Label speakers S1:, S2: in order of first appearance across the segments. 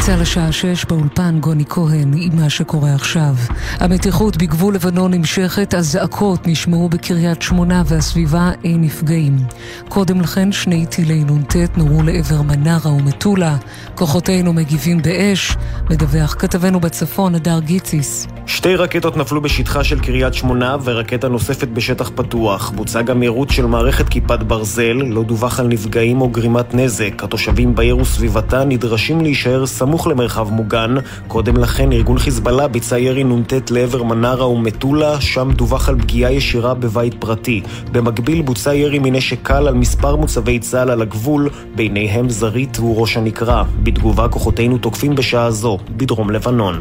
S1: צה"ל השעה 6 באולפן גוני כהן עם מה שקורה עכשיו. המתיחות בגבול לבנון נמשכת, הזעקות נשמעו בקריית שמונה והסביבה אין נפגעים. קודם לכן 2 טילי נ"ט נורו לעבר מנרה ומטולה. כוחותינו מגיבים באש, מדווח כתבנו בצפון הדר גיציס.
S2: 2 רקטות נפלו בשטחה של קריית שמונה ורקטה נוספת בשטח פתוח. בוצע גם יירוט של מערכת כיפת ברזל, לא דווח על נפגעים או גרימת נזק. התושבים בעיר וסביבתה נדרשים להישאר סמוך למרחב מוגן. קודם לכן ארגון חיזבאללה ביצע ירי נ"ט לעבר מנרה ומטולה, שם דווח על פגיעה ישירה בבית פרטי. במקביל בוצע ירי מנשק קל על מספר מוצבי צה"ל על הגבול, ביניהם זרית וראש הנקרה. בתגובה כוחותינו תוקפים בשעה זו בדרום לבנון.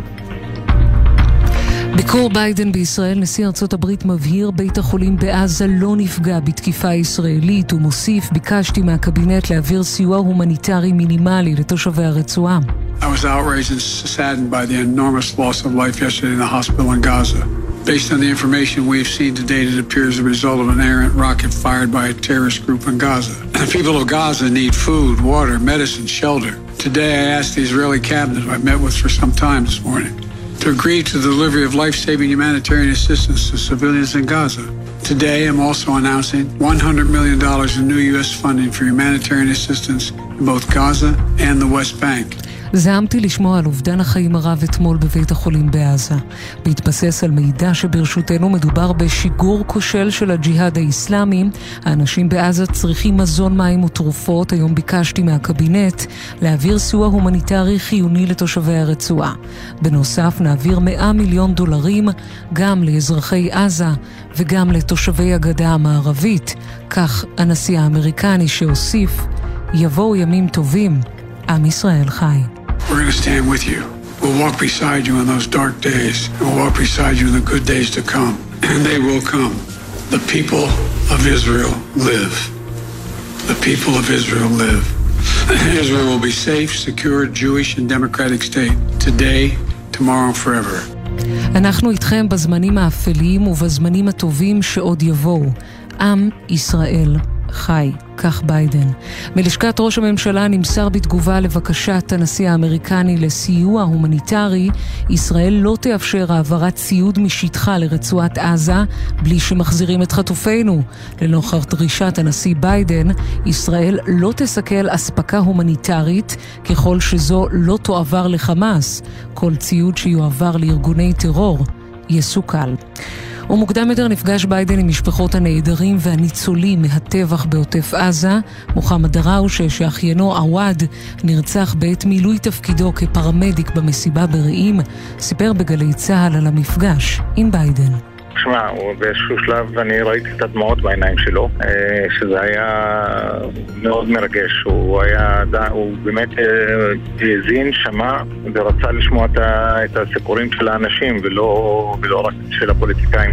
S1: ביקור ביידן בישראל, נשיא ארצות הברית מבהיר בית החולים בעזה לא נפגע בתקיפה ישראלית. הוא מוסיף, ביקשתי מהקבינט להעביר סיוע הומניטרי מינימלי לתושבי הרצועה.
S3: I was outraged and saddened by the enormous loss of life yesterday in the hospital in Gaza. Based on the information we've seen to date, it appears the result of an errant rocket fired by a terrorist group in Gaza. The people of Gaza need food, water, medicine, shelter. Today I asked the Israeli cabinet, who I met with for some time this morning, to agree to the delivery of life-saving humanitarian assistance to civilians in Gaza. Today, I'm also announcing $100 million in new U.S. funding for humanitarian assistance in both Gaza and the West Bank.
S1: זעמתי לשמוע על אובדן החיים הרב אתמול בבית החולים בעזה. בהתבסס על מידע שברשותנו מדובר בשיגור כושל של הג'יהאד האסלאמי. האנשים בעזה צריכים מזון, מים ותרופות. היום ביקשתי מהקבינט להעביר סיוע הומניטרי חיוני לתושבי הרצועה. בנוסף נעביר $100 מיליון גם לאזרחי עזה וגם לתושבי הגדה המערבית. כך הנשיא האמריקני שהוסיף, יבואו ימים טובים, עם ישראל חי.
S3: We're going to stand with you. We'll walk beside you in those dark days. We'll walk beside you in the good days to come. And they will come. The people of Israel live. The people of Israel live. Israel will be safe, secure, Jewish and democratic state. Today, tomorrow, and forever.
S1: אנחנו איתכם בזמנים האפלים ובזמנים הטובים שעוד יבואו. עם ישראל חי, כך ביידן. מלשכת ראש הממשלה נמסר בתגובה לבקשת הנשיא האמריקני לסיוע הומניטרי, ישראל לא תאפשר העברת ציוד משטחה לרצועת עזה בלי שמחזירים את חטופינו. לנוכח דרישת הנשיא ביידן, ישראל לא תסכל אספקה הומניטרית ככל שזו לא תועבר לחמאס. כל ציוד שיועבר לארגוני טרור יסוכל. ומוקדם יותר נפגש ביידן עם משפחות הנעדרים והניצולים מהטבח בעוטף עזה. מוחמד דראושה, שאחיינו עווד נרצח בעת מילוי תפקידו כפרמדיק במסיבה ברעים, סיפר בגלי צהל על המפגש עם ביידן.
S4: תשמע, באיזשהו שלב אני ראיתי את הדמעות בעיניים שלו, שזה היה מאוד מרגש. הוא באמת האזין, שמע ורצה לשמוע את הסיפורים של האנשים ולא רק של הפוליטיקאים.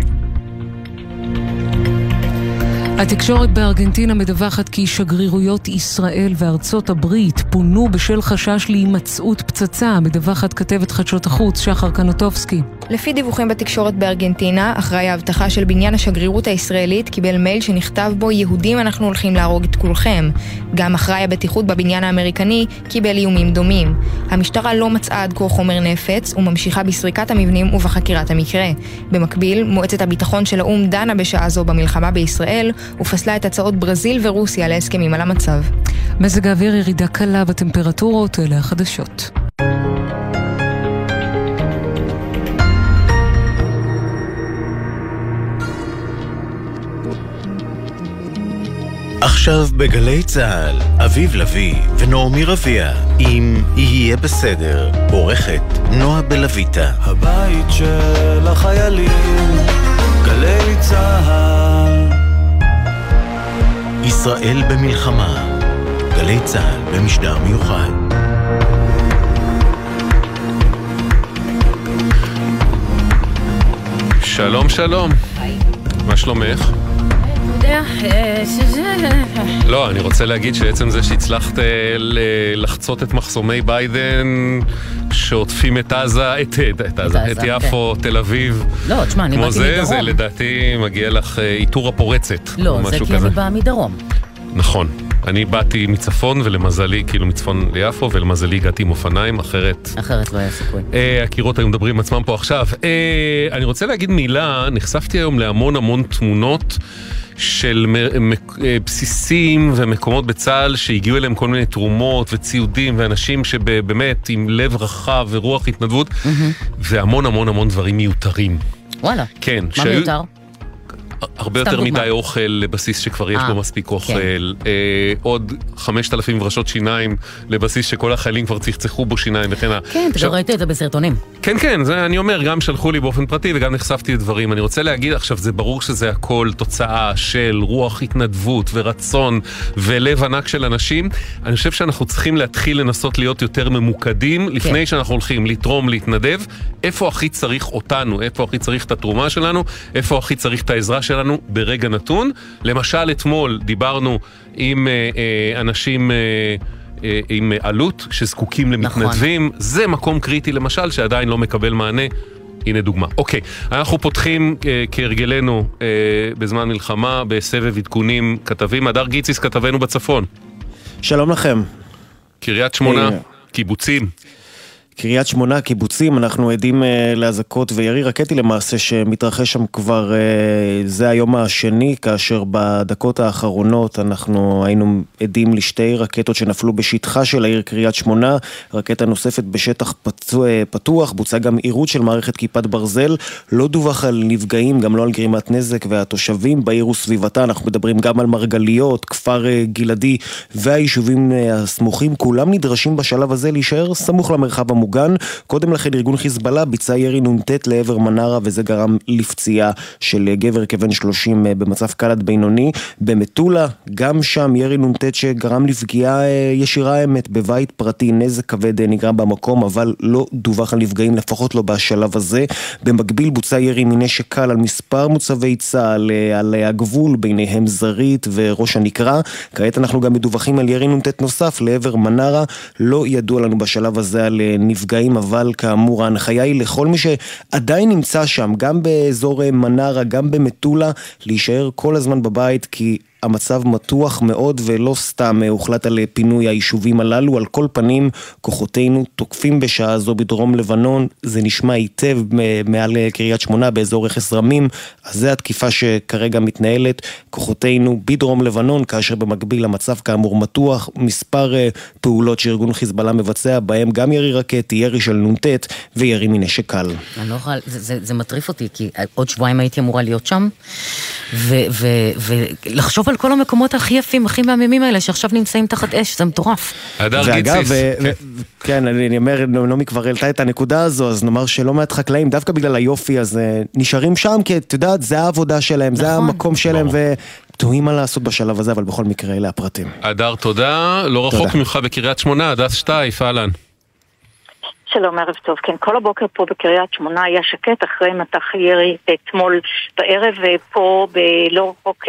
S1: התקשורת בארגנטינה מדווחת כי שגרירויות ישראל וארצות הברית פונו בשל חשש להימצאות פצצה. מדווחת כתבת חדשות החוץ שחר קנוטובסקי.
S5: לפי דיווחים בתקשורת בארגנטינה, אחראי ההבטחה של בניין השגרירות הישראלית קיבל מייל שנכתב בו יהודים אנחנו הולכים להרוג את כולכם. גם אחראי הבטיחות בבניין האמריקני קיבל איומים דומים. המשטרה לא מצאה עד כה חומר נפץ וממשיכה בסריקת המבנים ובחקירת המקרה. במקביל, מועצת הביטחון של האו"ם דנה בשעה זו במלחמה בישראל ופסלה את הצעות ברזיל ורוסיה להסכמים על המצב.
S1: מזג האוויר ירידה קלה בטמפרטורות, אלה החדשות.
S6: עכשיו בגלי צהל, אביב לוי ונעמי רביע עם יהיה בסדר, עורכת נועה בלויטה.
S7: הבית של החיילים, גלי צהל.
S6: ישראל במלחמה, גלי צהל במשדר מיוחד.
S8: שלום שלום, מה שלומך? לא, אני רוצה להגיד שעצם זה שהצלחת לחצות את מחסומי ביידן שעוטפים את עזה, את יפו, תל אביב,
S9: לא, תשמע, אני באתי מדרום.
S8: זה לדעתי מגיע לך איתור הפורצת.
S9: לא, זה כי אני באה מדרום.
S8: נכון. אני באתי מצפון ולמזלי, כאילו מצפון ליפו, ולמזלי הגעתי עם אופניים, אחרת
S9: לא היה סיכוי.
S8: הקירות היו מדברים עצמם פה עכשיו. אני רוצה להגיד מילה, נחשפתי היום להמון תמונות של בסיסים ומקומות בצה"ל שהגיעו אליהם כל מיני תרומות וציודים ואנשים שבאמת עם לב רחב ורוח התנדבות והמון דברים מיותרים.
S9: וואלה,
S8: כן,
S9: מה מיותר?
S8: הרבה יותר מדי אוכל לבסיס שכבר יש בו מספיק אוכל, עוד 5,000 ברשות שיניים לבסיס שכל החיילים כבר צחצחו בו שיניים וכן.
S9: כן, אתה ראית את זה בסרטונים.
S8: כן, זה אני אומר, גם שלחו לי באופן פרטי וגם נחשפתי לדברים. אני רוצה להגיד, עכשיו זה ברור שזה הכל תוצאה של רוח התנדבות ורצון ולב ענק של אנשים. אני חושב שאנחנו צריכים להתחיל לנסות להיות יותר ממוקדים לפני שאנחנו הולכים לתרום, להתנדב. איפה הכי צריך אותנו? איפה הכי צריך את התרומה שלנו? איפה הכי צריך את העזרה שלנו ברגע נתון? למשל, אתמול דיברנו עם אנשים עם עלות שזקוקים למתנדבים. זה מקום קריטי למשל שעדיין לא מקבל מענה. הנה דוגמה. אוקיי, אנחנו פותחים כהרגלנו בזמן מלחמה בסבב עדכונים כתבים. הדר גיציס כתבנו בצפון.
S2: שלום לכם.
S8: קריית שמונה, קיבוצים.
S2: קריית שמונה, קיבוצים, אנחנו עדים להזקות וירי רקטי למעשה שמתרחש שם כבר, זה היום השני, כאשר בדקות האחרונות אנחנו היינו עדים לשתי רקטות שנפלו בשטחה של העיר קריית שמונה, רקטה נוספת בשטח פתוח, בוצע גם עירות של מערכת כיפת ברזל, לא דווח על נפגעים, גם לא על גרימת נזק, והתושבים בעיר וסביבתה, אנחנו מדברים גם על מרגליות, כפר גלעדי והיישובים הסמוכים, כולם נדרשים בשלב הזה להישאר סמוך למרחב המוגן. קודם לכן ארגון חיזבאללה ביצע ירי נ"ט לעבר מנרה, וזה גרם לפציעה של גבר כבן 30 במצב קל עד בינוני. במטולה גם שם ירי נ"ט שגרם לפגיעה ישירה האמת בבית פרטי, נזק כבד נגרם במקום אבל לא דווח על נפגעים, לפחות לא בשלב הזה. במקביל בוצע ירי מנשק קל על מספר מוצבי צה"ל על הגבול, ביניהם זרית וראש הנקרה. כעת אנחנו גם מדווחים על ירי נ"ט נוסף לעבר מנרה, לא ידוע לנו בשלב הזה על נפגעים, אבל כאמור ההנחיה היא לכל מי שעדיין נמצא שם, גם באזור מנרה, גם במטולה, להישאר כל הזמן בבית, כי המצב מתוח מאוד ולא סתם הוחלט על פינוי היישובים הללו. על כל פנים, כוחותינו תוקפים בשעה זו בדרום לבנון, זה נשמע היטב מעל קריית שמונה באזור רכס רמים, אז זה התקיפה שכרגע מתנהלת, כוחותינו בדרום לבנון, כאשר במקביל המצב כאמור מתוח, מספר פעולות שארגון חיזבאללה מבצע, בהם גם ירי רקטי, ירי של נ"ט וירי מנשק קל.
S9: אני לא יכולה, זה מטריף אותי, כי עוד שבועיים הייתי אמורה להיות שם, ולחשוב על כל המקומות הכי יפים, הכי מהממים האלה, שעכשיו נמצאים תחת אש, זה מטורף.
S2: ואגב, כן, אני אומר, נעמי כבר העלתה את הנקודה הזו, אז נאמר שלא מעט חקלאים, דווקא בגלל היופי הזה, נשארים שם, כי את יודעת, זה העבודה שלהם, זה המקום שלהם, ותוהים מה לעשות בשלב הזה, אבל בכל מקרה, אלה הפרטים.
S8: הדר, תודה. לא רחוק ממך בקריית שמונה, הדס שטייף, אהלן.
S10: שלום, ערב טוב. כן, כל הבוקר פה בקריית שמונה היה שקט אחרי מטח ירי אתמול בערב, ופה בלא רחוק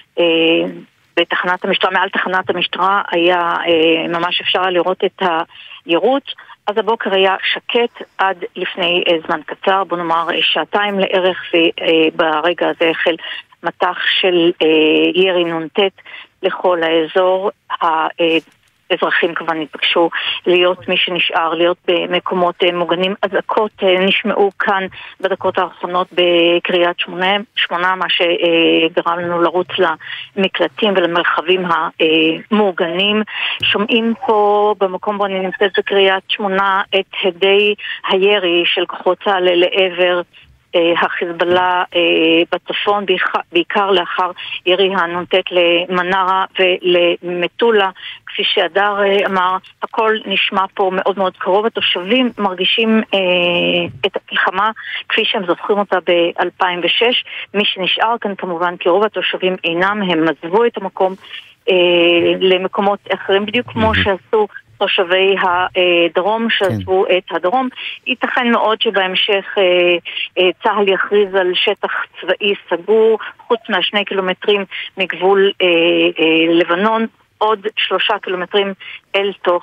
S10: בתחנת המשטרה, מעל תחנת המשטרה היה ממש אפשר לראות את היירוט. אז הבוקר היה שקט עד לפני זמן קצר, בוא נאמר שעתיים לערך, וברגע הזה החל מטח של ירי נ"ט לכל האזור. אזרחים כבר נתבקשו להיות מי שנשאר, להיות במקומות מוגנים. אזעקות נשמעו כאן בדקות האחרונות בקריית שמונה, מה שגרם לנו לרוץ למקלטים ולמרחבים המוגנים. שומעים פה במקום בו אני נמצאת בקריית שמונה את הדי הירי של כוחות צה"ל לעבר החיזבאללה בצפון, בעיקר לאחר ירי הנ"ט למנרה ולמטולה. כפי שהדר אמר, הכל נשמע פה מאוד מאוד קרוב. התושבים מרגישים את המלחמה כפי שהם זוכרים אותה ב-2006. מי שנשאר כאן כמובן, כי רוב התושבים אינם, הם עזבו את המקום למקומות אחרים, בדיוק כמו שעשו תושבי הדרום שעזבו את הדרום. ייתכן מאוד שבהמשך צה"ל יכריז על שטח צבאי סגור, חוץ מה2 קילומטרים מגבול לבנון, עוד 3 קילומטרים אל תוך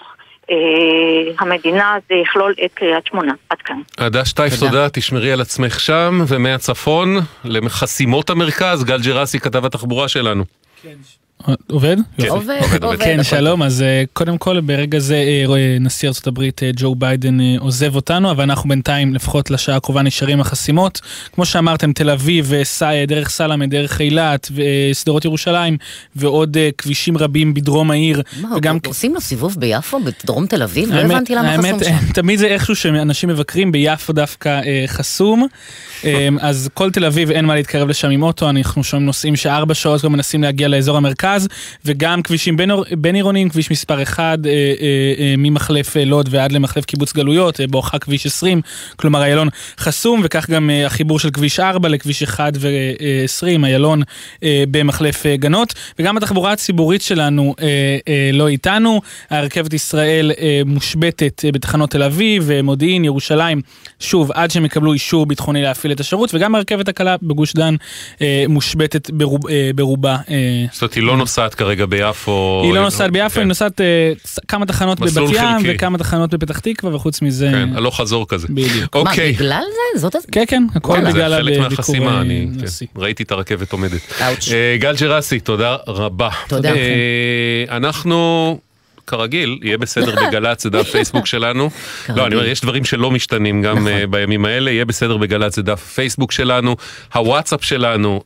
S10: המדינה. זה יכלול את קריית שמונה. עד כאן.
S8: הדס שטייף, תודה, תשמרי על עצמך שם, ומהצפון לחסימות המרכז, גל ג'רסי כתב התחבורה שלנו.
S11: כן, עובד?
S9: עובד.
S11: כן, שלום. אז קודם כל, ברגע זה נשיא ארצות הברית ג'ו ביידן עוזב אותנו, אבל אנחנו בינתיים, לפחות לשעה הקרובה, נשארים החסימות. כמו שאמרתם, תל אביב, דרך סלמה, דרך אילת, וסדרות ירושלים, ועוד כבישים רבים בדרום העיר.
S9: מה, עושים לו סיבוב ביפו, בדרום תל אביב? לא הבנתי למה חסום שם.
S11: תמיד זה איכשהו שאנשים מבקרים ביפו דווקא חסום, אז כל תל אביב אין מה להתקרב לשם עם אוטו, אנחנו שם נוסעים ש4 שעות כבר מנסים להגיע לאזור המרכז, וגם כבישים בין עירוניים, כביש מספר 1, ממחלף לוד ועד למחלף קיבוץ גלויות, בואכה כביש 20, כלומר איילון חסום, וכך גם החיבור של כביש 4 לכביש 1 ו-20, איילון במחלף גנות, וגם התחבורה הציבורית שלנו לא איתנו, הרכבת ישראל מושבתת בתחנות תל אביב, מודיעין, ירושלים, שוב, עד שהם יקבלו אישור ביטחוני להפעיל את השירות, וגם הרכבת הקלה בגוש דן מושבתת ברובה.
S8: זאת אומרת, היא לא נוסעת כרגע ביפו.
S11: היא לא נוסעת ביפו, היא נוסעת כמה תחנות בבת ים וכמה תחנות בפתח תקווה, וחוץ מזה...
S8: כן, הלוך חזור כזה.
S11: בדיוק.
S9: מה, בגלל זה?
S11: כן, הכל בגלל
S8: חלק מהחסימה, אני ראיתי את הרכבת עומדת. גל ג'רסי, תודה רבה.
S9: תודה.
S8: אנחנו... כרגיל, יהיה בסדר בגלץ, זה דף פייסבוק שלנו. לא, אני אומר, יש דברים שלא משתנים גם בימים האלה, יהיה בסדר בגלץ, זה דף פייסבוק שלנו. הוואטסאפ שלנו,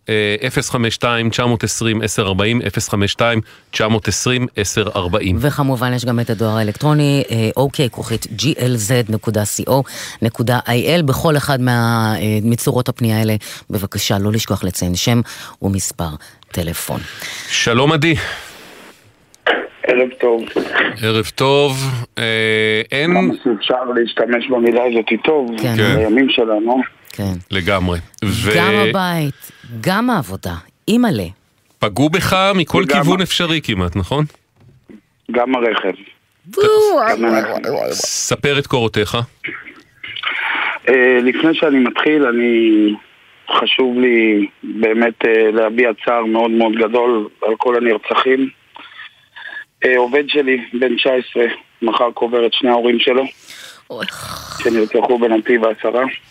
S8: 052-920-1040, 052-920-1040.
S9: וכמובן יש גם את הדואר האלקטרוני, ok@glz.co.il, בכל אחד מצורות הפנייה האלה, בבקשה, לא לשכוח לציין שם ומספר טלפון.
S8: שלום עדי.
S12: ערב טוב.
S8: ערב טוב. אין...
S12: כמה שאפשר להשתמש במילה הזאת טוב, בימים שלנו.
S9: כן.
S8: לגמרי.
S9: גם הבית, גם העבודה, אימא'לה.
S8: פגעו בך מכל כיוון אפשרי כמעט, נכון?
S12: גם הרכב.
S8: ספר את קורותיך.
S12: לפני שאני מתחיל, חשוב לי באמת להביע צער מאוד מאוד גדול על כל הנרצחים. עובד שלי, בן 19, מחר קובר את שני ההורים שלו, שנרצחו בנתיב 10.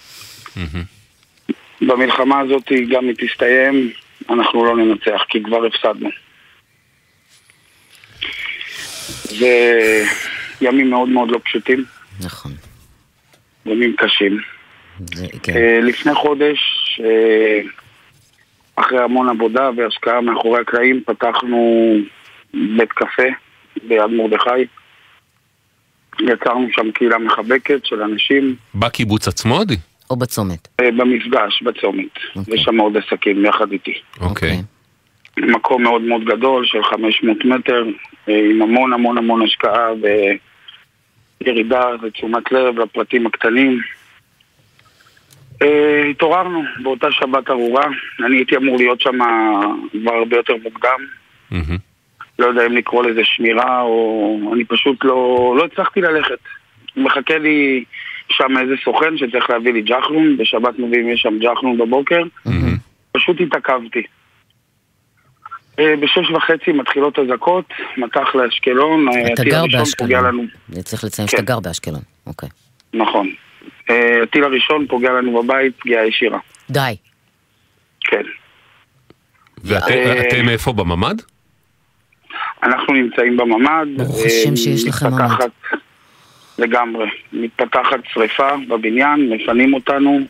S12: במלחמה הזאת גם היא תסתיים, אנחנו לא ננצח, כי כבר הפסדנו. זה ימים מאוד מאוד לא פשוטים.
S9: נכון.
S12: ימים קשים. לפני חודש, אחרי המון עבודה והשקעה מאחורי הקלעים, פתחנו בית קפה ביד מרדכי. יצרנו שם קהילה מחבקת של אנשים.
S8: בקיבוץ עצמו, עדי?
S9: או בצומת?
S12: במפגש, בצומת. יש שם עוד עסקים יחד איתי.
S8: אוקיי.
S12: מקום מאוד מאוד גדול של 500 מטר, עם המון המון המון השקעה וירידה ותשומת לב לפרטים הקטנים. התעוררנו באותה שבת ארורה. אני הייתי אמור להיות שם כבר הרבה יותר מוקדם. לא יודע אם לקרוא לזה שמירה, או אני פשוט לא הצלחתי ללכת. מחכה לי שם איזה סוכן שצריך להביא לי ג'חנון, בשבת מביאים יש שם ג'חנון בבוקר, פשוט התעכבתי. ב6:30 מתחילות הזקות, מתח לאשקלון,
S9: אתה גר באשקלון, אני צריך לציין שאתה גר באשקלון, אוקיי.
S12: נכון. הטיל הראשון פוגע לנו בבית, פגיעה ישירה.
S9: די.
S12: כן.
S8: ואתם איפה בממד?
S12: אנחנו נמצאים בממד.
S9: ברוך השם שיש לכם ממד.
S12: לגמרי. מתפתחת שריפה בבניין, מפנים אותנו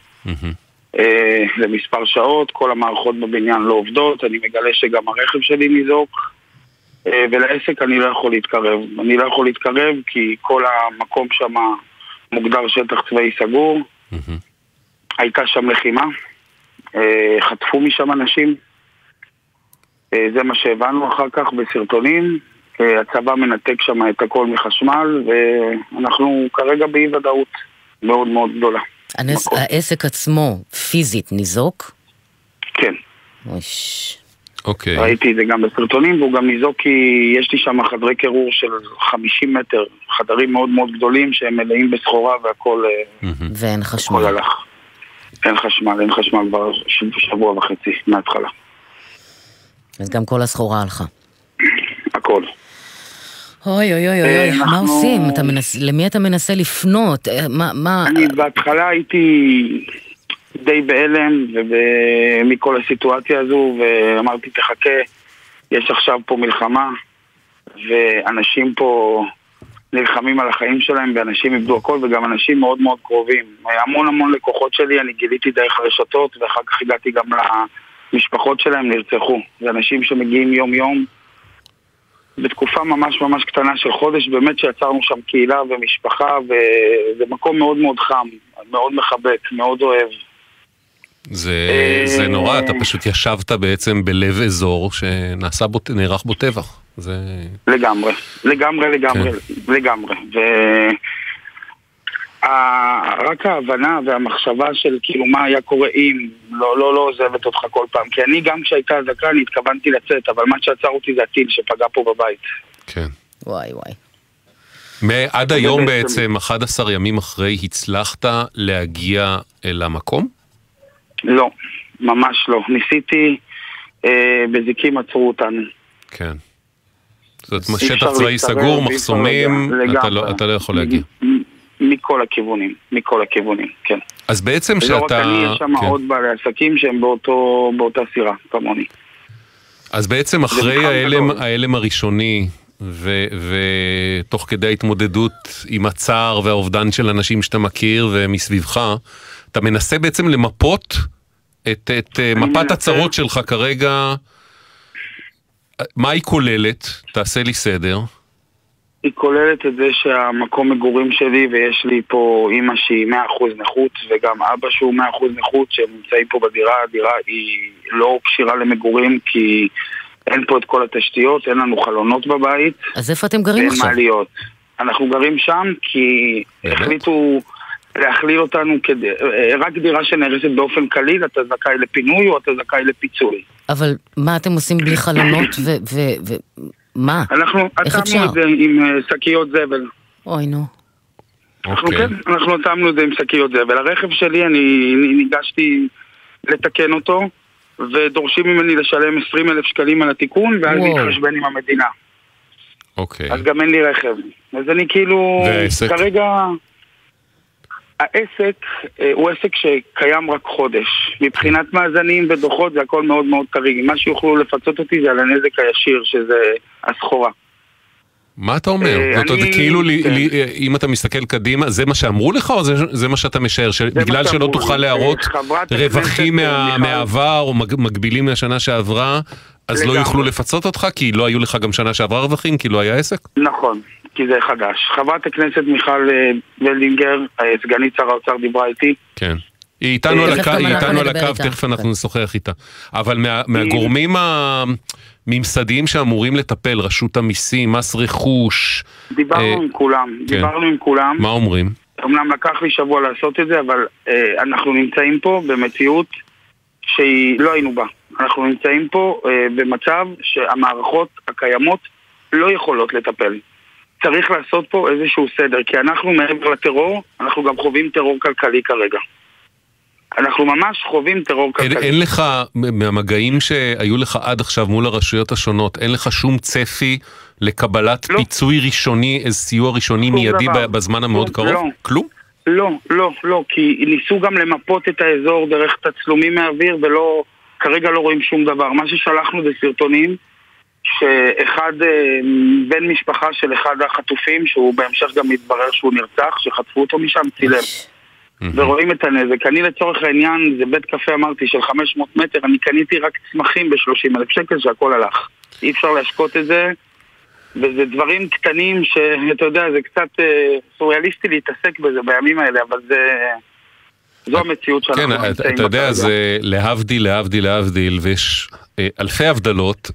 S12: למספר שעות, כל המערכות בבניין לא עובדות, אני מגלה שגם הרכב שלי ניזוק, ולעסק אני לא יכול להתקרב. אני לא יכול להתקרב כי כל המקום שם מוגדר שטח צבאי סגור. הייתה שם לחימה, חטפו משם אנשים. זה מה שהבנו אחר כך בסרטונים. הצבא מנתק שם את הכל מחשמל, ואנחנו כרגע באי ודאות מאוד מאוד גדולה.
S9: העסק עצמו פיזית ניזוק?
S12: כן.
S8: אוקיי.
S12: ראיתי את זה גם בסרטונים, והוא גם ניזוק כי יש לי שם חדרי קירור של 50 מטר, חדרים מאוד מאוד גדולים שהם מלאים בסחורה והכל...
S9: ואין חשמל.
S12: הלך. אין חשמל כבר שבוע וחצי מההתחלה.
S9: אז גם כל הסחורה הלכה.
S12: הכל.
S9: אוי, מה עושים? למי אתה מנסה לפנות?
S12: אני בהתחלה הייתי די בהלם מכל הסיטואציה הזו, ואמרתי תחכה, יש עכשיו פה מלחמה, ואנשים פה נלחמים על החיים שלהם, ואנשים איבדו הכל, וגם אנשים מאוד מאוד קרובים. המון לקוחות שלי, אני גיליתי דרך הרשתות, ואחר כך הגעתי גם למשפחות שלהם, נרצחו. זה אנשים שמגיעים יום-יום, בתקופה ממש קטנה של חודש, באמת שיצרנו שם קהילה ומשפחה, וזה מקום מאוד מאוד חם, מאוד מחבק, מאוד אוהב.
S8: זה נורא, אתה פשוט ישבת בעצם בלב אזור שנערך בו טבח.
S12: לגמרי. רק ההבנה והמחשבה של כאילו מה היה קורה אם לא עוזבת אותך כל פעם, כי אני גם כשהייתה אזעקה אני התכוונתי לצאת, אבל מה שעצר אותי זה הטיל שפגע פה בבית.
S8: כן.
S9: וואי.
S8: עד היום בעצם 11 ימים אחרי הצלחת להגיע אל המקום?
S12: לא, ממש לא. ניסיתי, בזיקים עצרו אותנו.
S8: כן. זאת אומרת, שטח צבאי סגור, מחסומים, אתה לא יכול להגיע.
S12: מכל הכיוונים, כן.
S8: אז בעצם שאתה...
S12: לא רק אני, יש שם עוד בעלי עסקים שהם באותה סירה, כמוני.
S8: אז בעצם אחרי ההלם הראשוני, ותוך כדי ההתמודדות עם הצער והאובדן של אנשים שאתה מכיר ומסביבך, אתה מנסה בעצם למפות את מפת הצרות שלך כרגע. מה היא כוללת? תעשה לי סדר.
S12: היא כוללת את זה שהמקום מגורים שלי, ויש לי פה אמא שהיא 100% נכות, וגם אבא שהוא 100% נכות, שהם נמצאים פה בדירה. הדירה היא לא קשירה למגורים, כי אין פה את כל התשתיות, אין לנו חלונות בבית.
S9: אז איפה אתם גרים עכשיו?
S12: מעליות. אנחנו גרים שם כי החליטו להכליל אותנו רק דירה שנהרסת באופן קליל, אתה זכאי לפינוי או אתה זכאי לפיצוי.
S9: אבל מה אתם עושים בלי חלונות מה?
S12: אנחנו עצמנו את זה עם שקיות זבל.
S9: אוי נו.
S12: אנחנו עצמנו את זה עם שקיות זבל. הרכב שלי, אני ניגשתי לתקן אותו, ודורשים ממני לשלם 20,000 שקלים על התיקון, ואז להתחשבן עם המדינה.
S8: אוקיי.
S12: אז גם אין לי רכב. אז אני כאילו...
S8: והעסק?
S12: כרגע... העסק הוא עסק שקיים רק חודש. מבחינת מאזנים ודוחות זה הכל מאוד מאוד טרי. מה שיוכלו לפצות אותי זה על הנזק הישיר, שזה הסחורה.
S8: מה אתה אומר? כאילו, אם אתה מסתכל קדימה, זה מה שאמרו לך או זה מה שאתה משער? בגלל שלא תוכל להראות רווחים מהעבר או מגבילים מהשנה שעברה, אז לא יוכלו לפצות אותך? כי לא היו לך גם שנה שעברה רווחים? כי לא היה עסק?
S12: נכון. כי זה חדש. חברת הכנסת מיכל ולינגר, סגנית שר האוצר, דיברה איתי.
S8: כן. היא איתנו על הקו, תכף אנחנו נשוחח איתה. אבל מהגורמים הממסדיים שאמורים לטפל, רשות המיסים, מס רכוש...
S12: דיברנו עם כולם.
S8: מה אומרים?
S12: אמנם לקח לי שבוע לעשות את זה, אבל אנחנו נמצאים פה במציאות שלא היינו בה. אנחנו נמצאים פה במצב שהמערכות הקיימות לא יכולות לטפל. צריך לעשות פה איזשהו סדר, כי אנחנו מעבר לטרור, אנחנו גם חווים טרור כלכלי כרגע. אנחנו ממש חווים טרור כלכלי.
S8: אין לך, מהמגעים שהיו לך עד עכשיו מול הרשויות השונות, אין לך שום צפי לקבלת פיצוי ראשוני, איזה סיוע ראשוני מיידי בזמן המאוד קרוב? כלום?
S12: לא, כי ניסו גם למפות את האזור דרך תצלומים מהאוויר, כרגע לא רואים שום דבר. מה ששלחנו זה סרטונים, שאחד בן משפחה של אחד החטופים, שהוא בהמשך גם מתברר שהוא נרצח, שחטפו אותו משם, צילם. ורואים את הנזק. אני לצורך העניין, זה בית קפה אמרתי של 500 מטר, אני קניתי רק צמחים ב-30,000 שקל שהכל הלך. אי אפשר להשקות את זה, וזה דברים קטנים שאתה יודע, זה קצת סוריאליסטי להתעסק בזה בימים האלה, אבל זו המציאות שאנחנו נמצאים.
S8: כן, אתה יודע, זה להבדיל, ויש אלפי הבדלות.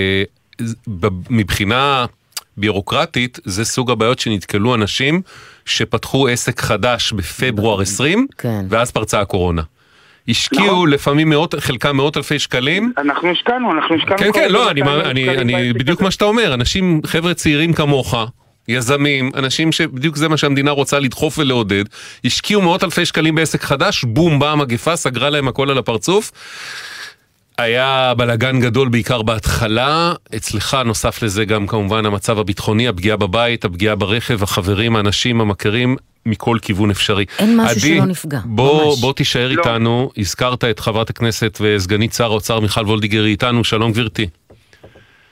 S8: מבחינה בירוקרטית, זה סוג הבעיות שנתקלו אנשים שפתחו עסק חדש בפברואר 20, ואז פרצה הקורונה. השקיעו לפעמים חלקם מאות אלפי שקלים.
S12: אנחנו השקענו.
S8: כן, לא, אני בדיוק מה שאתה אומר, אנשים, חבר'ה צעירים כמוך, יזמים, אנשים שבדיוק זה מה שהמדינה רוצה לדחוף ולעודד, השקיעו מאות אלפי שקלים בעסק חדש, בום, באה מגפה, סגרה להם הכל על הפרצוף. היה בלגן גדול בעיקר בהתחלה, אצלך נוסף לזה גם כמובן המצב הביטחוני, הפגיעה בבית, הפגיעה ברכב, החברים, האנשים, המכרים, מכל כיוון אפשרי.
S9: אין משהו שלא נפגע.
S8: בוא תישאר איתנו, הזכרת את חברת הכנסת וסגנית שר האוצר מיכל וולדיגר איתנו, שלום גברתי.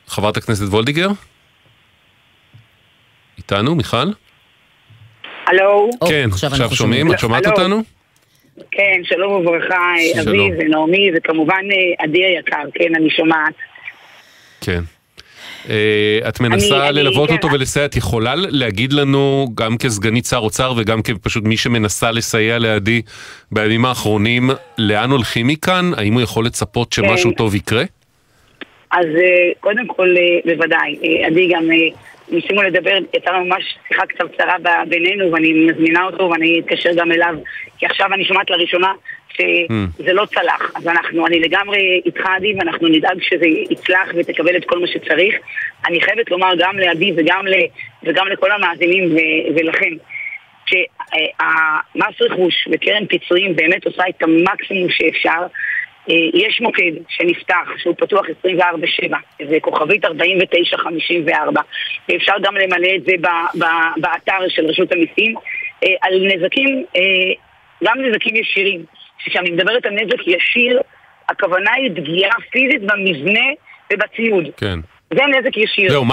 S8: חברת הכנסת וולדיגר? איתנו, מיכל?
S13: הלו?
S8: כן, עכשיו שומעים, את שומעת אותנו?
S13: כן, שלום וברכה, אבי ונעמי, וכמובן עדי היקר, כן, אני שומעת.
S8: כן. את מנסה ללוות אותו ולסייע, את יכולה להגיד לנו, גם כסגנית שר אוצר וגם כפשוט מי שמנסה לסייע לעדי בימים האחרונים, לאן הולכים מכאן? האם הוא יכול לצפות שמשהו טוב יקרה?
S13: אז קודם כל, בוודאי, עדי גם ניסינו לדבר, יצא לנו ממש שיחה קצרה בינינו, ואני מזמינה אותו ואני אתקשר גם אליו, כי עכשיו אני שומעת לראשונה שזה לא צלח. אז אני לגמרי איתך עדי, ואנחנו נדאג שזה יצלח ותקבל את כל מה שצריך. אני חייבת לומר גם לעדי וגם לכל המאזינים ולכם, שהמס רכוש וקרן פיצויים באמת עושה את המקסימום שאפשר. יש מוקד שנפתח, שהוא פתוח 24/7, זה כוכבית 4954, ואפשר גם למלא את זה באתר של רשות המיסים, על נזקים, גם נזקים ישירים. כשאני מדברת על נזק ישיר, הכוונה היא פגיעה פיזית במבנה ובציוד. כן. זה נזק ישיר.
S8: זהו,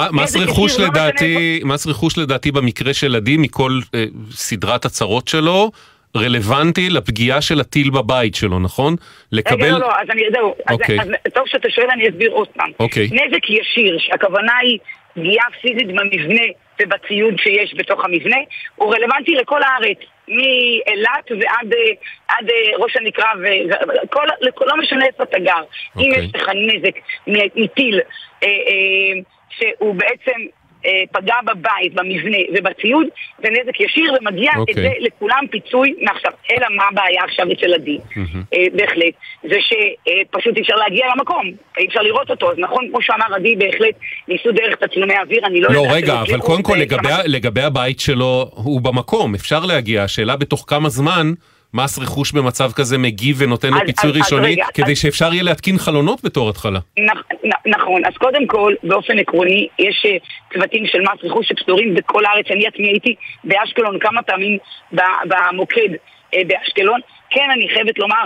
S8: מס רכוש לדעתי במקרה של עדי, מכל סדרת הצרות שלו, רלוונטי לפגיעה של הטיל בבית שלו, נכון?
S13: רגע, לא, אז טוב שאתה שואל, אני אסביר עוד פעם. נזק ישיר, שהכוונה היא פגיעה פיזית במבנה ובציוד שיש בתוך המבנה, הוא רלוונטי לכל הארץ, מאילת ועד ראש הנקרה, לא משנה איפה אתה גר. אם יש לך נזק מטיל שהוא בעצם פגע בבית, במבנה ובציוד, זה נזק ישיר ומגיע את זה לכולם פיצוי מעכשיו. אלא מה הבעיה עכשיו אצל עדי? בהחלט. זה שפשוט אפשר להגיע למקום, אפשר לראות אותו. אז נכון, כמו שאמר עדי, בהחלט ניסו דרך תצלומי האוויר, אני לא...
S8: לא, רגע, אבל קודם כל לגבי הבית שלו, הוא במקום, אפשר להגיע. השאלה בתוך כמה זמן מס רכוש במצב כזה מגיב ונותן לו פיצוי ראשוני, כדי שאפשר יהיה להתקין חלונות בתור התחלה.
S13: נכון, אז קודם כל, באופן עקרוני, יש צוותים של מס רכוש שפטורים בכל הארץ. אני עצמי הייתי באשקלון כמה פעמים במוקד באשקלון. כן, אני חייבת לומר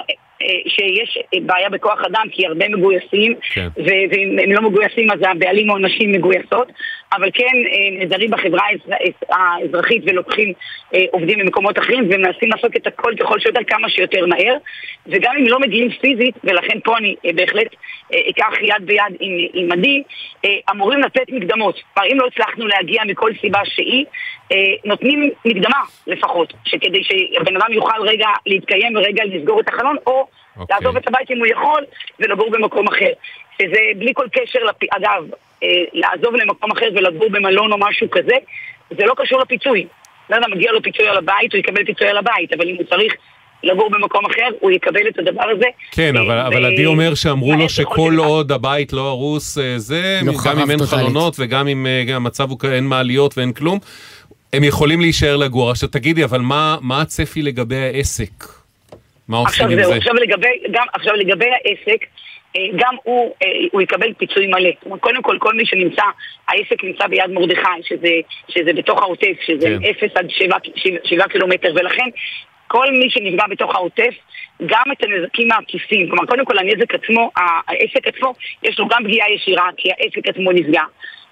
S13: שיש בעיה בכוח אדם, כי הרבה מגויסים, ואם הם לא מגויסים אז הבעלים או נשים מגויסות, אבל כן נדרים בחברה האזרחית ולוקחים עובדים ממקומות אחרים ומנסים לעשות את הכל ככל שיותר כמה שיותר מהר, וגם אם לא מגיעים פיזית, ולכן פה אני בהחלט אקח יד ביד עם עדי, אמורים לתת מקדמות. אם לא הצלחנו להגיע מכל סיבה שהיא, נותנים מקדמה לפחות, שכדי שהבן אדם יוכל רגע להתקיים ורגע לסגור את החלון, או לעזוב את הבית אם הוא יכול ולגור במקום אחר. שזה בלי כל קשר, אגב, לעזוב למקום אחר ולגור במלון או משהו כזה, זה לא קשור לפיצוי. לא יודע, מגיע לו פיצוי על הבית, הוא יקבל פיצוי על הבית, אבל אם הוא צריך לגור במקום אחר, הוא יקבל את הדבר הזה.
S8: כן, אבל עדי אומר שאמרו לו שכל עוד הבית לא הרוס, זה, גם אם אין חלונות וגם אם המצב הוא אין מעליות ואין כלום, הם יכולים להישאר לגור. עכשיו תגידי, אבל מה הצפי לגבי העסק? מה עושים עם זה?
S13: עכשיו לגבי העסק, גם הוא יקבל פיצוי מלא. קודם כל, כל מי שנמצא, העסק נמצא ביד מרדכי, שזה בתוך העוטף, שזה 0 עד 7 קילומטר, ולכן כל מי שנפגע בתוך העוטף, גם את הנזקים העקיפים, כלומר, קודם כל הנזק עצמו, העסק עצמו, יש לו גם פגיעה ישירה, כי העסק עצמו נפגע.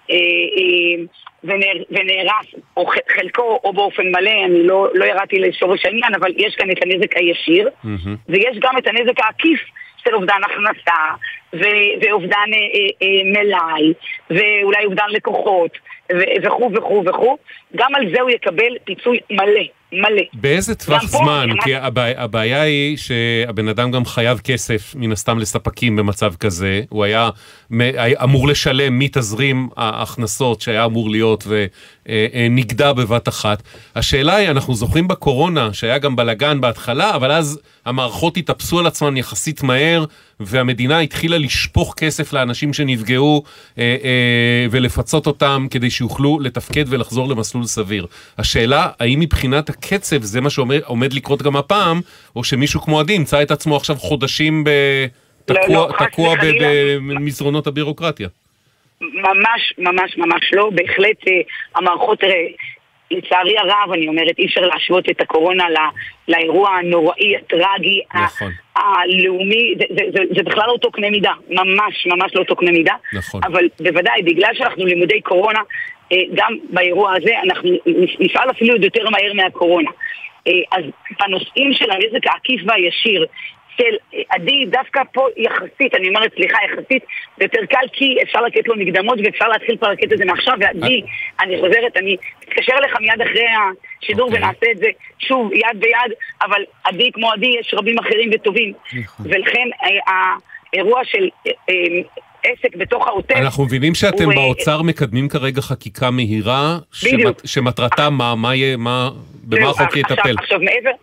S13: ונהרס, או חלקו, או באופן מלא, אני לא ירדתי לשורש העניין, אבל יש כאן את הנזק הישיר, ויש גם את הנזק העקיף של אובדן הכנסה, ואובדן מלאי, ואולי אובדן לקוחות, וכו' וכו' וכו'. גם על זה הוא יקבל פיצוי מלא.
S8: באיזה טווח זמן? כי הבעיה היא שהבן אדם גם חייב כסף מן הסתם לספקים במצב כזה. הוא היה אמור לשלם מתזרים ההכנסות שהיה אמור להיות ונגדע בבת אחת. השאלה היא, אנחנו זוכרים בקורונה שהיה גם בלגן בהתחלה, אבל אז המערכות התאפסו על עצמן יחסית מהר, והמדינה התחילה לשפוך כסף לאנשים שנפגעו ולפצות אותם כדי שיוכלו לתפקד ולחזור למסלול סביר. השאלה, האם מבחינת הקצב זה מה שעומד לקרות גם הפעם, או שמישהו כמו עדי ימצא את עצמו עכשיו חודשים תקוע במזרונות הבירוקרטיה?
S13: ממש לא, בהחלט המערכות, לצערי הרב, אני אומרת, אי אפשר להשוות את הקורונה לאירוע הנוראי, הטרגי,
S8: נכון.
S13: הלאומי, זה בכלל לא אותו קנה מידה, ממש ממש לא אותו קנה מידה,
S8: נכון.
S13: אבל בוודאי, בגלל שאנחנו לימודי קורונה, גם באירוע הזה אנחנו נפעל אפילו יותר מהר מהקורונה. אז בנושאים של הנזק העקיף והישיר, של עדי, דווקא פה יחסית, אני אומרת סליחה, יחסית, יותר קל כי אפשר לתת לו מקדמות ואפשר להתחיל כבר לתת את זה מעכשיו, ועדי, אני חוזרת, אני אתקשר לך מיד אחרי השידור ונעשה את זה שוב יד ביד, אבל עדי כמו עדי יש רבים אחרים וטובים, ולכן האירוע של עסק בתוך העוטף... אנחנו
S8: מבינים שאתם באוצר מקדמים כרגע חקיקה מהירה, שמטרתה במה החוק יטפל.
S13: עכשיו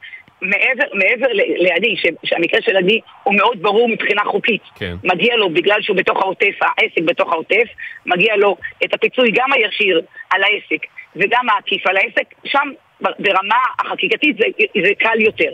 S13: מעבר לעדי, שהמקרה של עדי הוא מאוד ברור מבחינה חוקית.
S8: כן.
S13: מגיע לו, בגלל שהוא בתוך העוטף, העסק בתוך העוטף, מגיע לו את הפיצוי גם הישיר על העסק וגם העקיף על העסק, שם ברמה החקיקתית זה קל יותר.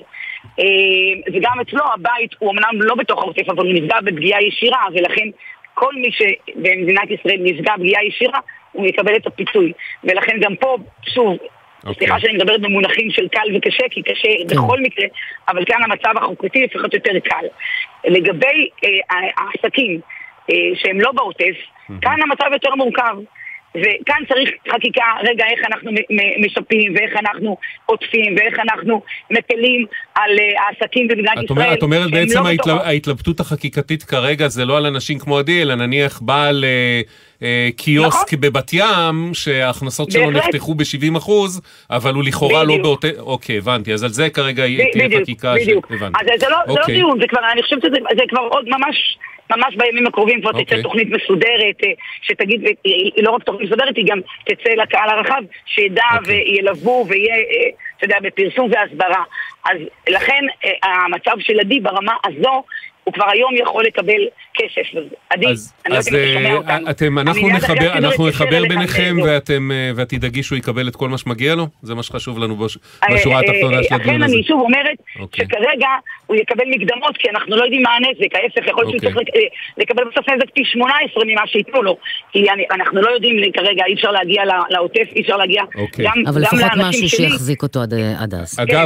S13: וגם אצלו הבית הוא אמנם לא בתוך העוטף, אבל הוא נפגע בפגיעה ישירה, ולכן כל מי שבמדינת ישראל נפגע פגיעה ישירה, הוא יקבל את הפיצוי. ולכן גם פה, שוב, סליחה שאני מדברת במונחים של קל וקשה, כי קשה בכל מקרה, אבל כאן המצב החוקתי לפחות יותר קל. לגבי העסקים שהם לא בעוטף, כאן המצב יותר מורכב. וכאן צריך חקיקה, רגע, איך אנחנו משפים, ואיך אנחנו עוטפים, ואיך אנחנו מטלים על העסקים במדינת ישראל.
S8: את אומרת בעצם ההתלבטות החקיקתית כרגע זה לא על אנשים כמו עדי, אלא נניח בעל קיוסק בבת ים, שההכנסות שלו נחתכו ב-70%, אבל הוא לכאורה לא באותה... אוקיי, הבנתי, אז על זה כרגע תהיה חקיקה.
S13: בדיוק, אז זה לא דיון, אני חושבת שזה כבר עוד ממש בימים הקרובים כבר תצא תוכנית מסודרת, שתגיד, היא לא רק תוכנית מסודרת, היא גם תצא לקהל הרחב, שידע וילבו ויהיה, אתה יודע, בפרסום והסברה. אז לכן המצב של עדי ברמה הזו, הוא כבר היום יכול לקבל כסף. עדי, אני לא יודעת אם אתה שומע אותנו.
S8: אנחנו נחבר ביניכם ואת תדאגי שהוא יקבל את כל מה שמגיע לו? זה מה שחשוב לנו בשורה התחתונה של הדיון הזה.
S13: אני שוב אומרת שכרגע הוא יקבל מקדמות, כי אנחנו לא יודעים מה הנזק. ההפך, יכול להיות שהוא צריך לקבל בסוף נזק פי 18 ממה שיתנו לו. כי אנחנו לא יודעים כרגע, אי אפשר להגיע לעוטף, אי אפשר להגיע גם לאנשים שלי.
S9: אבל לפחות משהו שיחזיק אותו עד אז.
S8: אגב,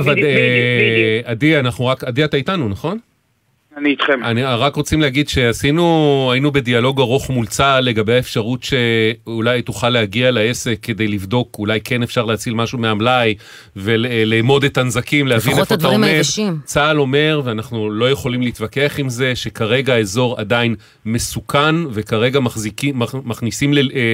S8: עדי, אתה איתנו, נכון?
S12: אני איתכם.
S8: רק רוצים להגיד היינו בדיאלוג ארוך מול צה"ל לגבי האפשרות שאולי תוכל להגיע לעסק כדי לבדוק, אולי כן אפשר להציל משהו מהמלאי ולעמוד את הנזקים, להבין איפה אתה עומד. צה"ל אומר, ואנחנו לא יכולים להתווכח עם זה, שכרגע האזור עדיין מסוכן, וכרגע מכניסים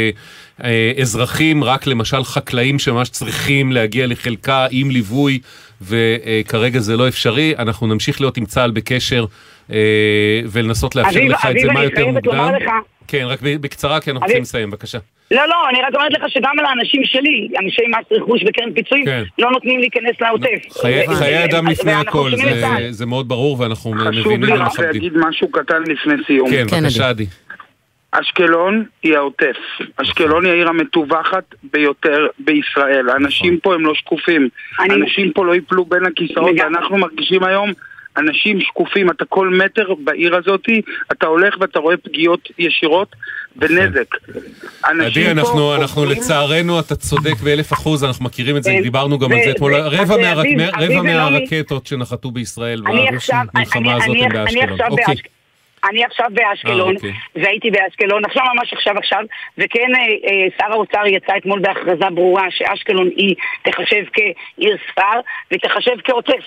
S8: אזרחים, רק למשל חקלאים שממש צריכים להגיע לחלקה עם ליווי, וכרגע זה לא אפשרי. אנחנו נמשיך להיות עם צה"ל בקשר ולנסות לאפשר לך את זה מה יותר מוקדם. כן, רק בקצרה, כי אנחנו צריכים לסיים, בבקשה.
S13: לא, אני רק אומרת לך שגם על האנשים שלי, אנשי מס רכוש וקרן פיצויים, לא נותנים להיכנס לעוטף.
S8: חיי אדם לפני הכל, זה מאוד ברור, ואנחנו מבינים ומכבדים.
S12: חשוב לי להגיד משהו קטן לפני סיום.
S8: כן, בבקשה, עדי.
S12: אשקלון היא העוטף. אשקלון היא העיר המטווחת ביותר בישראל. האנשים פה הם לא שקופים. אנשים פה לא ייפלו בין הכיסאות, ואנחנו מרגישים היום אנשים שקופים. אתה כל מטר בעיר הזאת, אתה הולך ואתה רואה פגיעות ישירות ונזק.
S8: עדי, אנחנו לצערנו, אתה צודק ב1,000%, אנחנו מכירים את זה, דיברנו גם על זה אתמול. רבע מהרקטות שנחתו בישראל במלחמה הזאת הם באשקלון.
S13: אני עכשיו באשקלון, והייתי באשקלון, ממש עכשיו, וכן שר האוצר יצא אתמול בהכרזה ברורה שאשקלון היא תחשב כעיר ספר, ותחשב כעוטף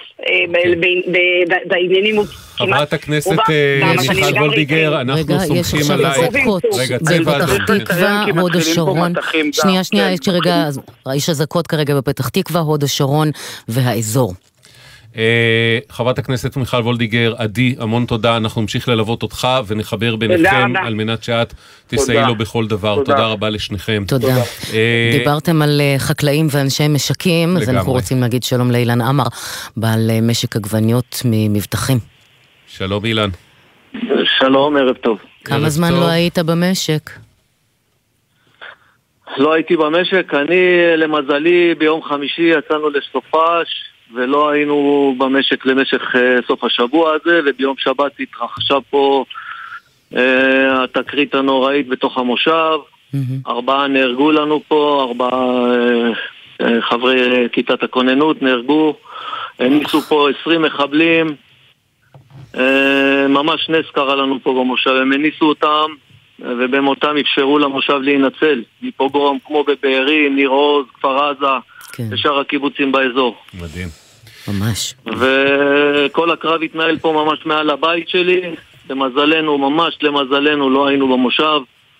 S13: בעניינים.
S8: חברת הכנסת מיכל וולדיגר, אנחנו סומכים עלייך.
S9: רגע, בפתח תקווה, הוד השרון. שנייה, יש כרגע, איש הזקות כרגע בפתח תקווה, הוד השרון והאזור.
S8: חברת הכנסת מיכל וולדיגר, עדי, המון תודה, אנחנו נמשיך ללוות אותך ונחבר ביניכם על מנת שאת תסייעי לו בכל דבר. תודה רבה לשניכם.
S9: תודה. דיברתם על חקלאים ואנשי משקים, אז אנחנו רוצים להגיד שלום לאילן עמר, בעל משק עגבניות ממבטחים.
S8: שלום אילן.
S14: שלום, ערב טוב.
S9: כמה זמן לא היית במשק?
S14: לא הייתי במשק, אני למזלי ביום חמישי יצאנו לסופש, ולא היינו במשק למשך סוף השבוע הזה, וביום שבת התרחשה פה התקרית הנוראית בתוך המושב. 4 נהרגו לנו פה, 4 חברי כיתת הכוננות נהרגו, ניסו פה 20 מחבלים, ממש נס קרה לנו פה במושב, הם הניסו אותם ובמותם אפשרו למושב להינצל מפוגרום כמו בבארי, ניר עוז, כפר עזה ושאר הקיבוצים באזור.
S8: מדהים.
S9: ממש.
S14: וכל הקרב התנהל פה ממש מעל הבית שלי, למזלנו, ממש למזלנו לא היינו במושב.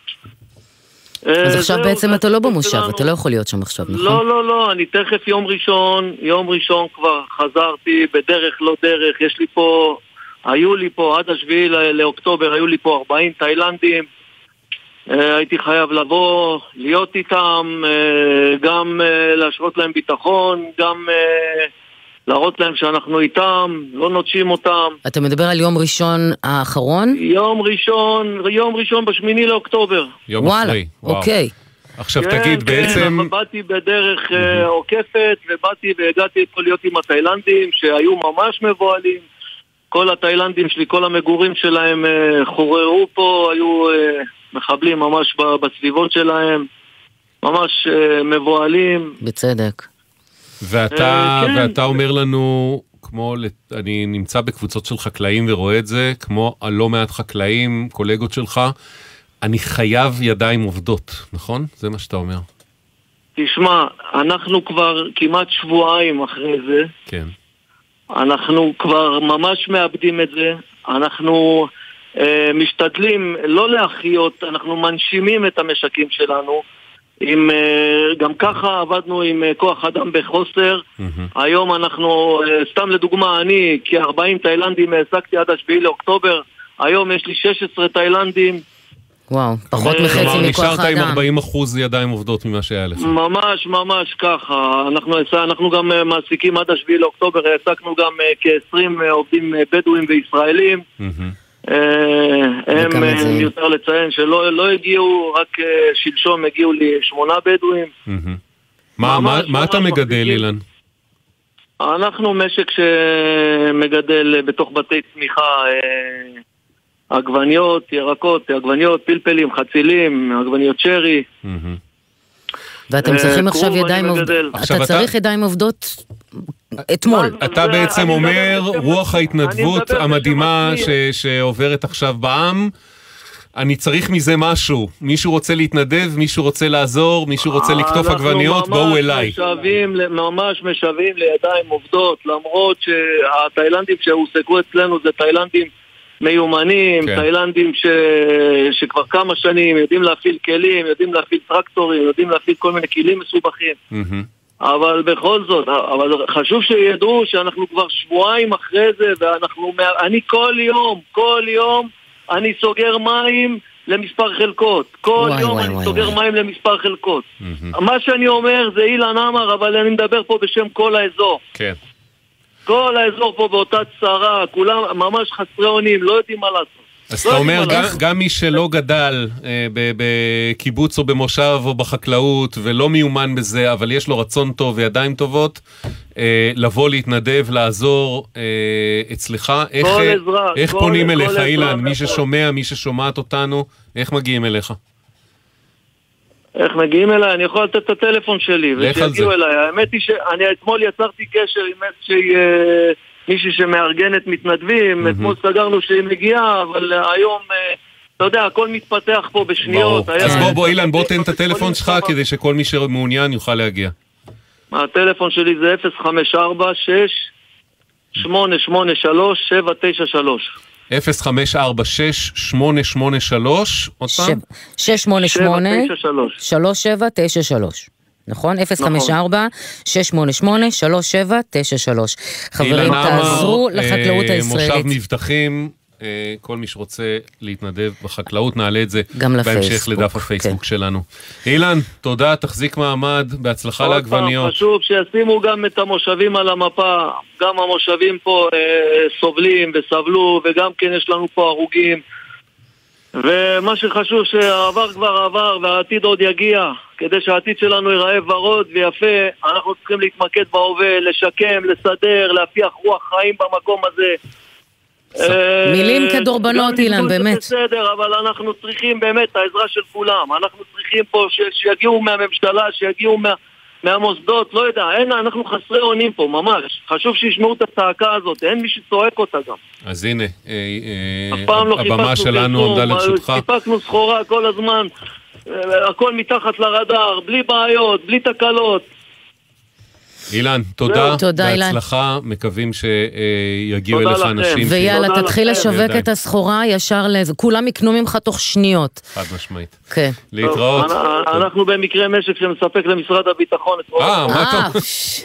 S9: אז עכשיו בעצם אתה לא במושב, אתה לא יכול להיות שם עכשיו, נכון?
S14: לא, אני תכף יום ראשון כבר חזרתי בדרך לא דרך, היו לי פה עד 7 לאוקטובר, היו לי פה 40 תאילנדים, הייתי חייב לבוא, להיות איתם, גם להשרות להם ביטחון, גם להראות להם שאנחנו איתם, לא נוטשים אותם.
S9: אתה מדבר על יום ראשון האחרון?
S14: יום ראשון ב8 לאוקטובר.
S8: יום אחרי, וואו.
S9: אוקיי.
S8: עכשיו תגיד, בעצם...
S14: באתי בדרך עוקפת, ובאתי והגעתי פה להיות עם התאילנדים, שהיו ממש מבועלים. כל התאילנדים שלי, כל המגורים שלהם חוררו פה, היו מחבלים ממש בסביבות שלהם, ממש מבועלים.
S9: בצדק.
S8: ואתה אומר לנו, אני נמצא בקבוצות של חקלאים ורואה את זה, כמו לא מעט חקלאים, קולגות שלך, אני חייב ידיים עובדות, נכון? זה מה שאתה אומר.
S14: תשמע, אנחנו כבר כמעט שבועיים אחרי זה.
S8: כן.
S14: אנחנו כבר ממש מאבדים את זה. אנחנו משתדלים לא להחיות, אנחנו מנשימים את המשקים שלנו. גם ככה עבדנו עם כוח אדם בחוסר. היום אנחנו, סתם לדוגמה, אני כ-40 תאילנדים העסקתי עד 7 לאוקטובר. היום יש לי 16 תאילנדים.
S9: וואו, פחות מחצי מכוח האדם.
S8: נשארת עם 40% ידיים עובדות ממה שהיה לך.
S14: ממש ככה. אנחנו גם מעסיקים עד 7 לאוקטובר, העסקנו גם כ-20 עובדים בדואים וישראלים. הם יותר לציין שלא הגיעו, רק שלשום הגיעו לי 8 בדואים.
S8: מה אתה מגדל, אילן?
S14: אנחנו משק שמגדל בתוך בתי צמיחה עגבניות, ירקות, עגבניות, פלפלים, חצילים, עגבניות שרי.
S9: ואתם צריכים עכשיו ידיים עובדות. אתה צריך ידיים עובדות אתמול.
S8: אתה בעצם אומר, רוח ההתנדבות המדהימה שעוברת עכשיו בעם, אני צריך מזה משהו. מישהו רוצה להתנדב, מישהו רוצה לעזור, מישהו רוצה לקטוף עגבניות, בואו אליי.
S14: ממש משווים לידיים עובדות, למרות שהתאילנדים שהוסקו אצלנו זה תאילנדים מיומנים, תאילנדים שכבר כמה שנים יודעים להפעיל כלים, יודעים להפעיל טרקטורים, יודעים להפעיל כל מיני כלים מסובכים. אבל בכל זאת, אבל חשוב שידעו שאנחנו כבר שבועיים אחרי זה, אני כל יום אני סוגר מים למספר חלקות. כל יום אני סוגר מים למספר חלקות. מה שאני אומר זה אילן אמר, אבל אני מדבר פה בשם כל האזור.
S8: כן.
S14: כל האזור פה באותה צרה, כולם ממש חסרי אונים, לא יודעים מה לעשות.
S8: אז אתה אומר, גם מי שלא גדל בקיבוץ או במושב או בחקלאות ולא מיומן בזה, אבל יש לו רצון טוב וידיים טובות, לבוא להתנדב, לעזור אצלך, איך פונים אליך, אילן? מי ששומע, מי ששומעת אותנו, איך מגיעים אליך?
S14: איך מגיעים אליי? אני יכול לתת את הטלפון שלי ושיגיעו אליי. האמת היא שאני אתמול יצרתי קשר עם מישהי שמארגנת מתנדבים, אתמול סגרנו שהיא מגיעה, אבל היום, אתה יודע, הכל מתפתח פה בשניות.
S8: אז בוא אילן, בוא תן את הטלפון שלך כדי שכל מי שמעוניין יוכל להגיע.
S14: הטלפון שלי זה 054-6-883-793.
S8: 054-6-883 עוד פעם?
S9: 688-3793 נכון? 054-688-3793 חברים, תעזרו לחקלאות הישראלית.
S8: מושב מבטחים, כל מי שרוצה להתנדב בחקלאות, נעלה את זה בהמשך לדף הפייסבוק שלנו. אילן, תודה, תחזיק מעמד, בהצלחה לעגבניות.
S14: חשוב שישימו גם את המושבים על המפה, גם המושבים פה סובלים וסבלו, וגם כן יש לנו פה הרוגים, ומה שחשוב שהעבר כבר עבר והעתיד עוד יגיע, כדי שהעתיד שלנו ייראה ורוד ויפה. אנחנו צריכים להתמקד בהווה, לשקם, לסדר, להפיח רוח חיים במקום הזה.
S9: מילים כדורבנות, אילן, באמת.
S14: בסדר, אבל אנחנו צריכים באמת את העזרה של כולם. אנחנו צריכים פה שיגיעו מהממשלה, שיגיעו מהמוסדות, לא יודע, אנחנו חסרי אונים פה, ממש. חשוב שישמעו את הצעקה הזאת, אין מי שצועק אותה גם.
S8: אז הנה,
S14: לא
S8: הבמה שלנו עומדה לרשותך.
S14: סיפקנו סחורה כל הזמן, הכל מתחת לרדאר, בלי בעיות, בלי תקלות.
S8: אילן, תודה, בהצלחה, מקווים שיגיעו אליך אנשים.
S9: ויאללה, תתחיל לשווק את הסחורה ישר כולם יקנו ממך תוך שניות.
S8: חד משמעית.
S9: כן.
S8: להתראות.
S14: אנחנו במקרה משק שמספק למשרד הביטחון.
S8: מה טוב.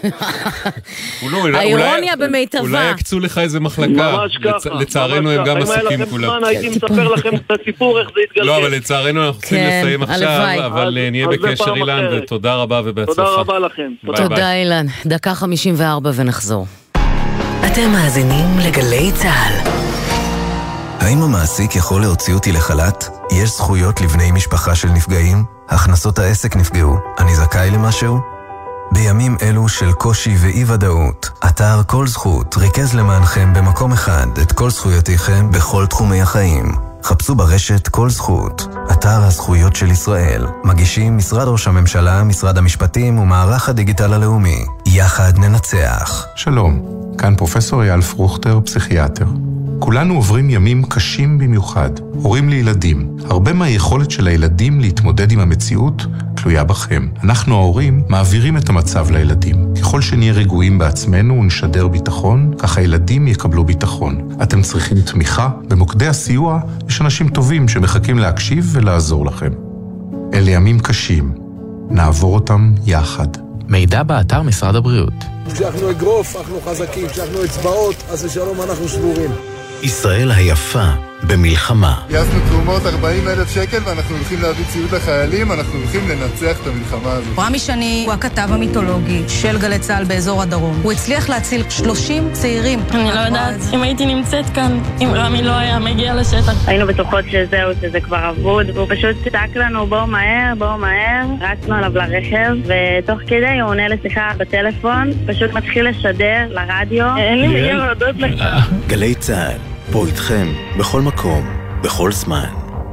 S9: האירוניה במיטבה.
S8: אולי יקצו לך איזה מחלקה. לצערנו הם גם עסקים כולם.
S14: הייתי מספר לכם את הסיפור, איך זה התגלגל.
S8: לא, אבל לצערנו אנחנו צריכים לסיים עכשיו, אבל נהיה בקשר אילן, ותודה רבה ובהצלחה.
S14: תודה רבה לכם.
S9: תודה אילן. דקה 54 ונחזור.
S15: אתם מאזינים לגלי צהל.
S16: האם המעסיק יכול להוציא אותי לחל"ת? יש זכויות לבני משפחה של נפגעים? הכנסות העסק נפגעו. אני זכאי למשהו? בימים אלו של קושי ואי-ודאות, אתר כל זכות ריכז למענכם במקום אחד את כל זכויותיכם בכל תחומי החיים. חפשו ברשת כל זכות, אתר הזכויות של ישראל. מגישים משרד ראש הממשלה, משרד המשפטים ומערך הדיגיטל הלאומי. יחד ננצח.
S17: שלום, כאן פרופסור אייל פרוכטר, פסיכיאטר. כולנו עוברים ימים קשים במיוחד, הורים לילדים. הרבה מהיכולת של הילדים להתמודד עם המציאות תלויה בכם. אנחנו ההורים מעבירים את המצב לילדים. ככל שנהיה רגועים בעצמנו ונשדר ביטחון, כך הילדים יקבלו ביטחון. אתם צריכים תמיכה. במוקדי הסיוע יש אנשים טובים שמחכים להקשיב ולעזור לכם. אלה ימים קשים. נעבור אותם יחד.
S18: מידע באתר משרד הבריאות.
S19: כשאנחנו אגרוף, אנחנו חזקים. כשאנחנו אצבעות, אז לשלום אנחנו שבורים.
S6: ישראל היפה במלחמה.
S20: גייסנו תרומות 40,000 שקל ואנחנו הולכים להביא ציוד לחיילים, אנחנו הולכים לנצח את המלחמה הזאת.
S21: רמי שני הוא הכתב המיתולוגי של גלי צהל באזור הדרום. הוא הצליח להציל 30 צעירים.
S22: אני לא יודעת אם הייתי נמצאת כאן, אם רמי לא היה מגיע לשטח.
S23: היינו בטוחות שזהו, שזה כבר אבוד, והוא פשוט צעק לנו בואו מהר, בואו מהר. רצנו עליו לרכב, ותוך כדי הוא עונה לשיחה בטלפון, פשוט מתחיל לשדר לרדיו. אין לי מילים להודות לך.
S6: גלי צהל, פה איתכם, בכל מקום, בכל זמן.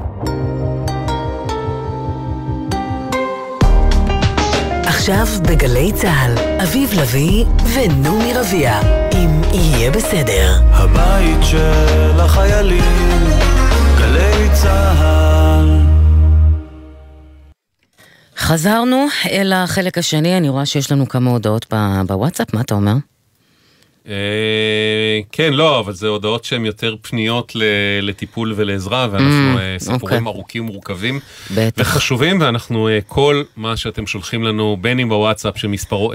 S15: עכשיו בגלי צהל, אביב לוי ונעמי רביע, אם יהיה בסדר.
S7: הבית של החיילים, גלי צהל.
S9: חזרנו אל החלק השני, אני רואה שיש לנו כמה הודעות בוואטסאפ, מה אתה אומר?
S8: כן, לא, אבל זה הודעות שהן יותר פניות לטיפול ולעזרה, ואנחנו סיפורים ארוכים מורכבים וחשובים, ואנחנו כל מה שאתם שולחים לנו, בין אם בוואטסאפ שמספרו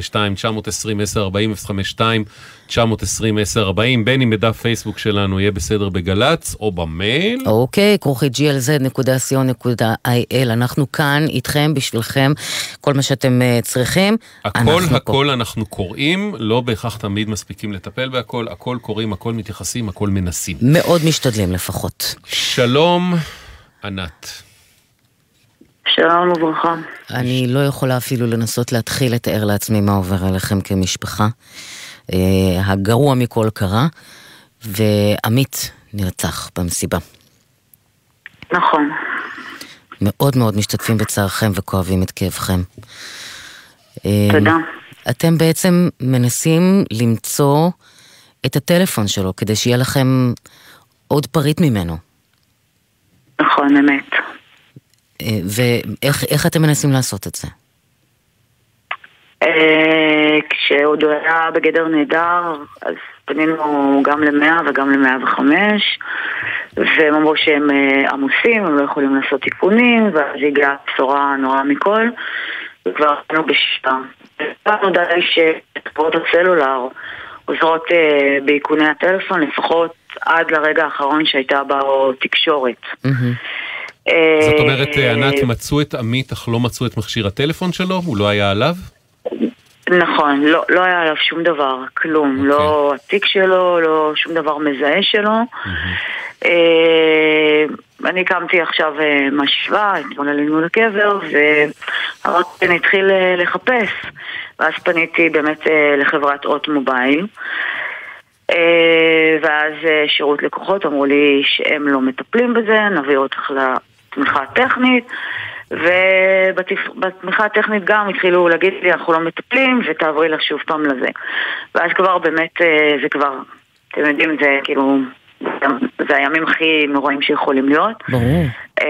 S8: 052-920-1040, 052-920-1040, בין אם בדף פייסבוק שלנו יהיה בסדר בגלץ, או במייל.
S9: אוקיי, glz.co.il, אנחנו כאן איתכם, בשבילכם, כל מה שאתם צריכים.
S8: הכל אנחנו קוראים, לא בהכרח תמיד מספיקים לטפל בהכל, הכל קוראים, הכל מתייחסים, הכל מנסים.
S9: מאוד משתדלים לפחות.
S8: שלום, ענת.
S23: שלום וברכה.
S9: אני לא יכולה אפילו לנסות להתחיל לתאר לעצמי מה עובר עליכם כמשפחה. הגרוע מכל קרה, ועמית נרצח במסיבה.
S23: נכון.
S9: מאוד מאוד משתתפים בצערכם וכואבים את כאבכם.
S23: תודה.
S9: אתם בעצם מנסים למצוא את הטלפון שלו, כדי שיהיה לכם עוד פריט ממנו.
S23: נכון, אמת.
S9: ואיך אתם מנסים לעשות את זה?
S23: כשעוד הוא היה בגדר נהדר, אז פנינו גם ל-100 וגם ל-105, והם אמרו שהם עמוסים, הם לא יכולים לעשות תיקונים, ואז הגיעה בשורה נורא מכל, וכבר היינו בשיטה. נודע לי שתחברות הסלולר עוזרות באיכוני הטלפון, לפחות עד לרגע האחרון שהייתה בה תקשורת.
S8: זאת אומרת, ענת, מצאו את עמית, אך לא מצאו את מכשיר הטלפון שלו? הוא לא היה עליו?
S23: נכון, לא היה עליו שום דבר, כלום. לא התיק שלו, לא שום דבר מזהה שלו. אני קמתי עכשיו מהשבעה, אתמול עלינו לקבר, ורק נתחיל לחפש. ואז פניתי באמת לחברת אות מובייל. ואז שירות לקוחות אמרו לי שהם לא מטפלים בזה, נביא אותך לתמיכה הטכנית. ובתמיכה הטכנית גם התחילו להגיד לי, אנחנו לא מטפלים, ותעברי לה שוב פעם לזה. ואז כבר באמת, זה כבר, אתם יודעים, זה כאילו, זה הימים הכי נוראים שיכולים להיות.
S9: ברור.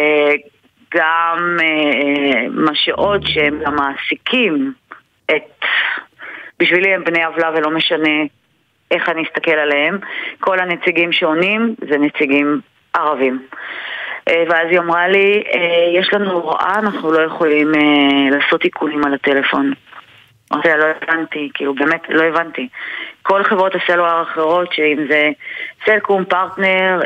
S23: גם מה שעוד שהם גם מעסיקים בשבילי הם בני עוולה ולא משנה איך אני אסתכל עליהם. כל הנציגים שעונים זה נציגים ערבים. ואז היא אמרה לי, יש לנו הוראה, אנחנו לא יכולים לעשות עיקולים על הטלפון. אמרתי לה, לא הבנתי, כאילו באמת לא הבנתי. כל חברות הסלולר האחרות, שאם זה סלקום, פרטנר,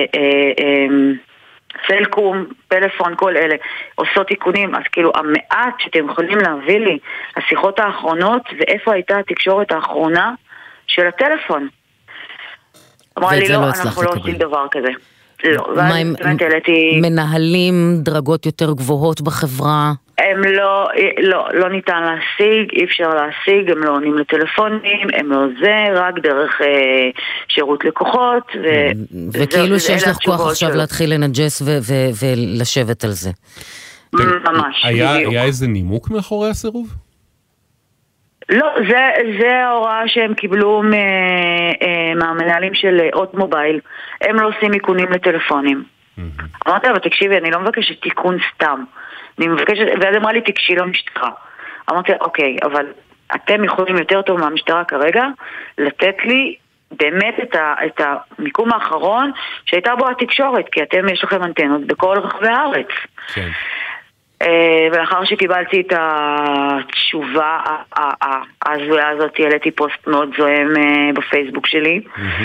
S23: סלקום, פלאפון, כל אלה עושות תיקונים, אז כאילו המעט שאתם יכולים להביא לי השיחות האחרונות ואיפה הייתה התקשורת האחרונה של הטלפון. אמרה לי לא, אנחנו לא עושים דבר כזה. לא,
S9: מה הם מנהלים דרגות יותר גבוהות בחברה?
S23: הם לא ניתן להשיג, אי אפשר להשיג, הם לא עונים לטלפונים, הם לא זה, רק דרך שירות לקוחות.
S9: וכאילו שיש לך כוח עכשיו להתחיל לנג'ס ולשבת על זה.
S23: ממש.
S8: היה איזה נימוק מאחורי הסירוב?
S23: לא, זה ההוראה שהם קיבלו מהמנהלים של אוט מובייל. הם לא עושים עיקונים לטלפונים. אמרתי, אבל תקשיבי, אני לא מבקשת תיקון סתם. אני מבקשת, ואז אמרה לי, תקשי למשטרה. אמרתי, אוקיי, אבל אתם יכולים יותר טוב מהמשטרה כרגע לתת לי באמת את המיקום האחרון שהייתה בו התקשורת, כי אתם יש לכם אנטנות בכל רחבי הארץ. כן. ולאחר שקיבלתי את התשובה ההזויה הזאת, העליתי פוסט מאוד זוהם בפייסבוק שלי,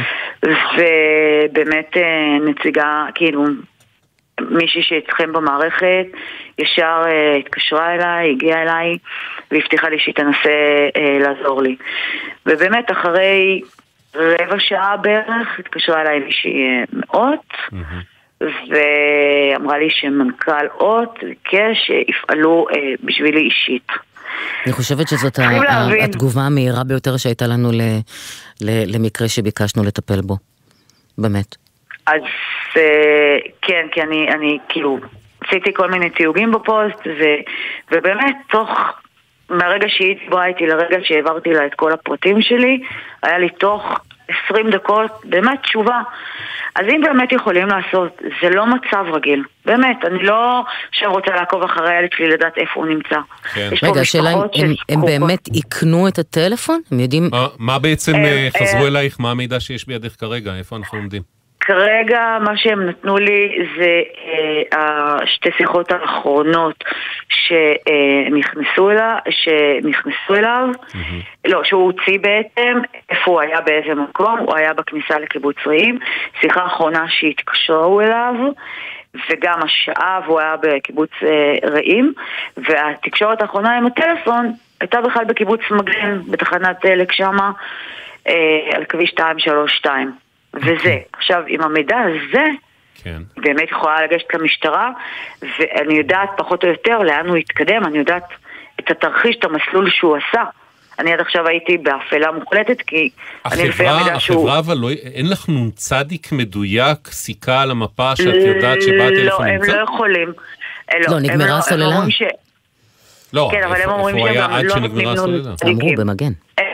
S23: ובאמת נציגה, כאילו, מישהי שאצלכם במערכת, ישר התקשרה אליי, הגיעה אליי, והבטיחה לי שהיא תנסה לעזור לי. ובאמת אחרי רבע שעה בערך, התקשרה אליי מישהי מאות, ואמרה לי שמנכ"ל אות ביקש שיפעלו בשבילי אישית.
S9: אני חושבת שזאת התגובה המהירה ביותר שהייתה לנו למקרה שביקשנו לטפל בו. באמת.
S23: אז כן, כי אני כאילו עשיתי כל מיני תיוגים בפוסט, ובאמת מהרגע שהיא התבואה איתי לרגע שהעברתי לה את כל הפרטים שלי, היה לי תוך 20 דקות באמת תשובה. אז אם באמת יכולים לעשות, זה לא מצב רגיל. באמת, אני לא רוצה לעקוב אחרי הילד שלי לדעת איפה הוא נמצא.
S9: רגע, השאלה הם באמת יקנו את הטלפון? הם יודעים...
S8: מה בעצם חזרו אלייך? מה המידע שיש בידך כרגע? איפה אנחנו עומדים?
S23: כרגע מה שהם נתנו לי זה שתי שיחות האחרונות שנכנסו אליו, לא, שהוא הוציא בעצם איפה הוא היה, באיזה מקום, הוא היה בכניסה לקיבוץ רעים, שיחה האחרונה שהתקשרו אליו, וגם השעה והוא היה בקיבוץ רעים, והתקשורת האחרונה עם הטלפון הייתה בכלל בקיבוץ מגן, בתחנת דלק שמה, על כביש 232. וזה, עכשיו עם המידע הזה באמת יכולה לגשת למשטרה, ואני יודעת פחות או יותר לאן הוא יתקדם, אני יודעת את התרחיש, את המסלול שהוא עשה. אני עד עכשיו הייתי באפלה מוחלטת, כי אני לפי המידע שהוא...
S8: החברה אבל אין לך צדיק מדויק, סיכה על המפה שאת יודעת שבה הטלפון נמצא?
S23: לא, הם לא יכולים.
S9: לא, נגמרה הסוללה.
S8: לא, איפה הוא היה עד שנגמרה הסוללה?
S9: אמרו במגן.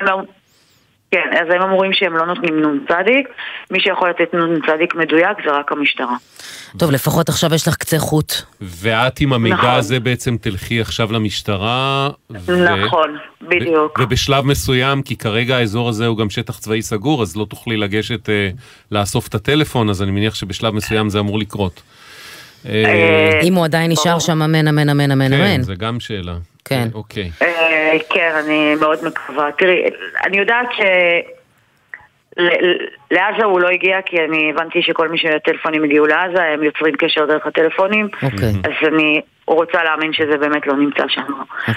S23: כן, אז הם אמורים שהם לא נותנים נון צדיק, מי שיכול לתת נון צדיק מדויק זה רק המשטרה.
S9: טוב, לפחות עכשיו יש לך קצה חוט.
S8: ואת עם המידע הזה בעצם תלכי עכשיו למשטרה.
S23: נכון, בדיוק.
S8: ובשלב מסוים, כי כרגע האזור הזה הוא גם שטח צבאי סגור, אז לא תוכלי לגשת לאסוף את הטלפון, אז אני מניח שבשלב מסוים זה אמור לקרות.
S9: אם הוא עדיין נשאר שם אמן.
S8: כן, זה גם שאלה.
S9: כן.
S8: אוקיי.
S23: כן, אני מאוד מקווה. תראי, אני יודעת לעזה הוא לא הגיע, כי אני הבנתי שכל מי שהטלפונים הגיעו לעזה, הם יוצרים קשר דרך הטלפונים, אז אני רוצה להאמין שזה באמת לא נמצא שם.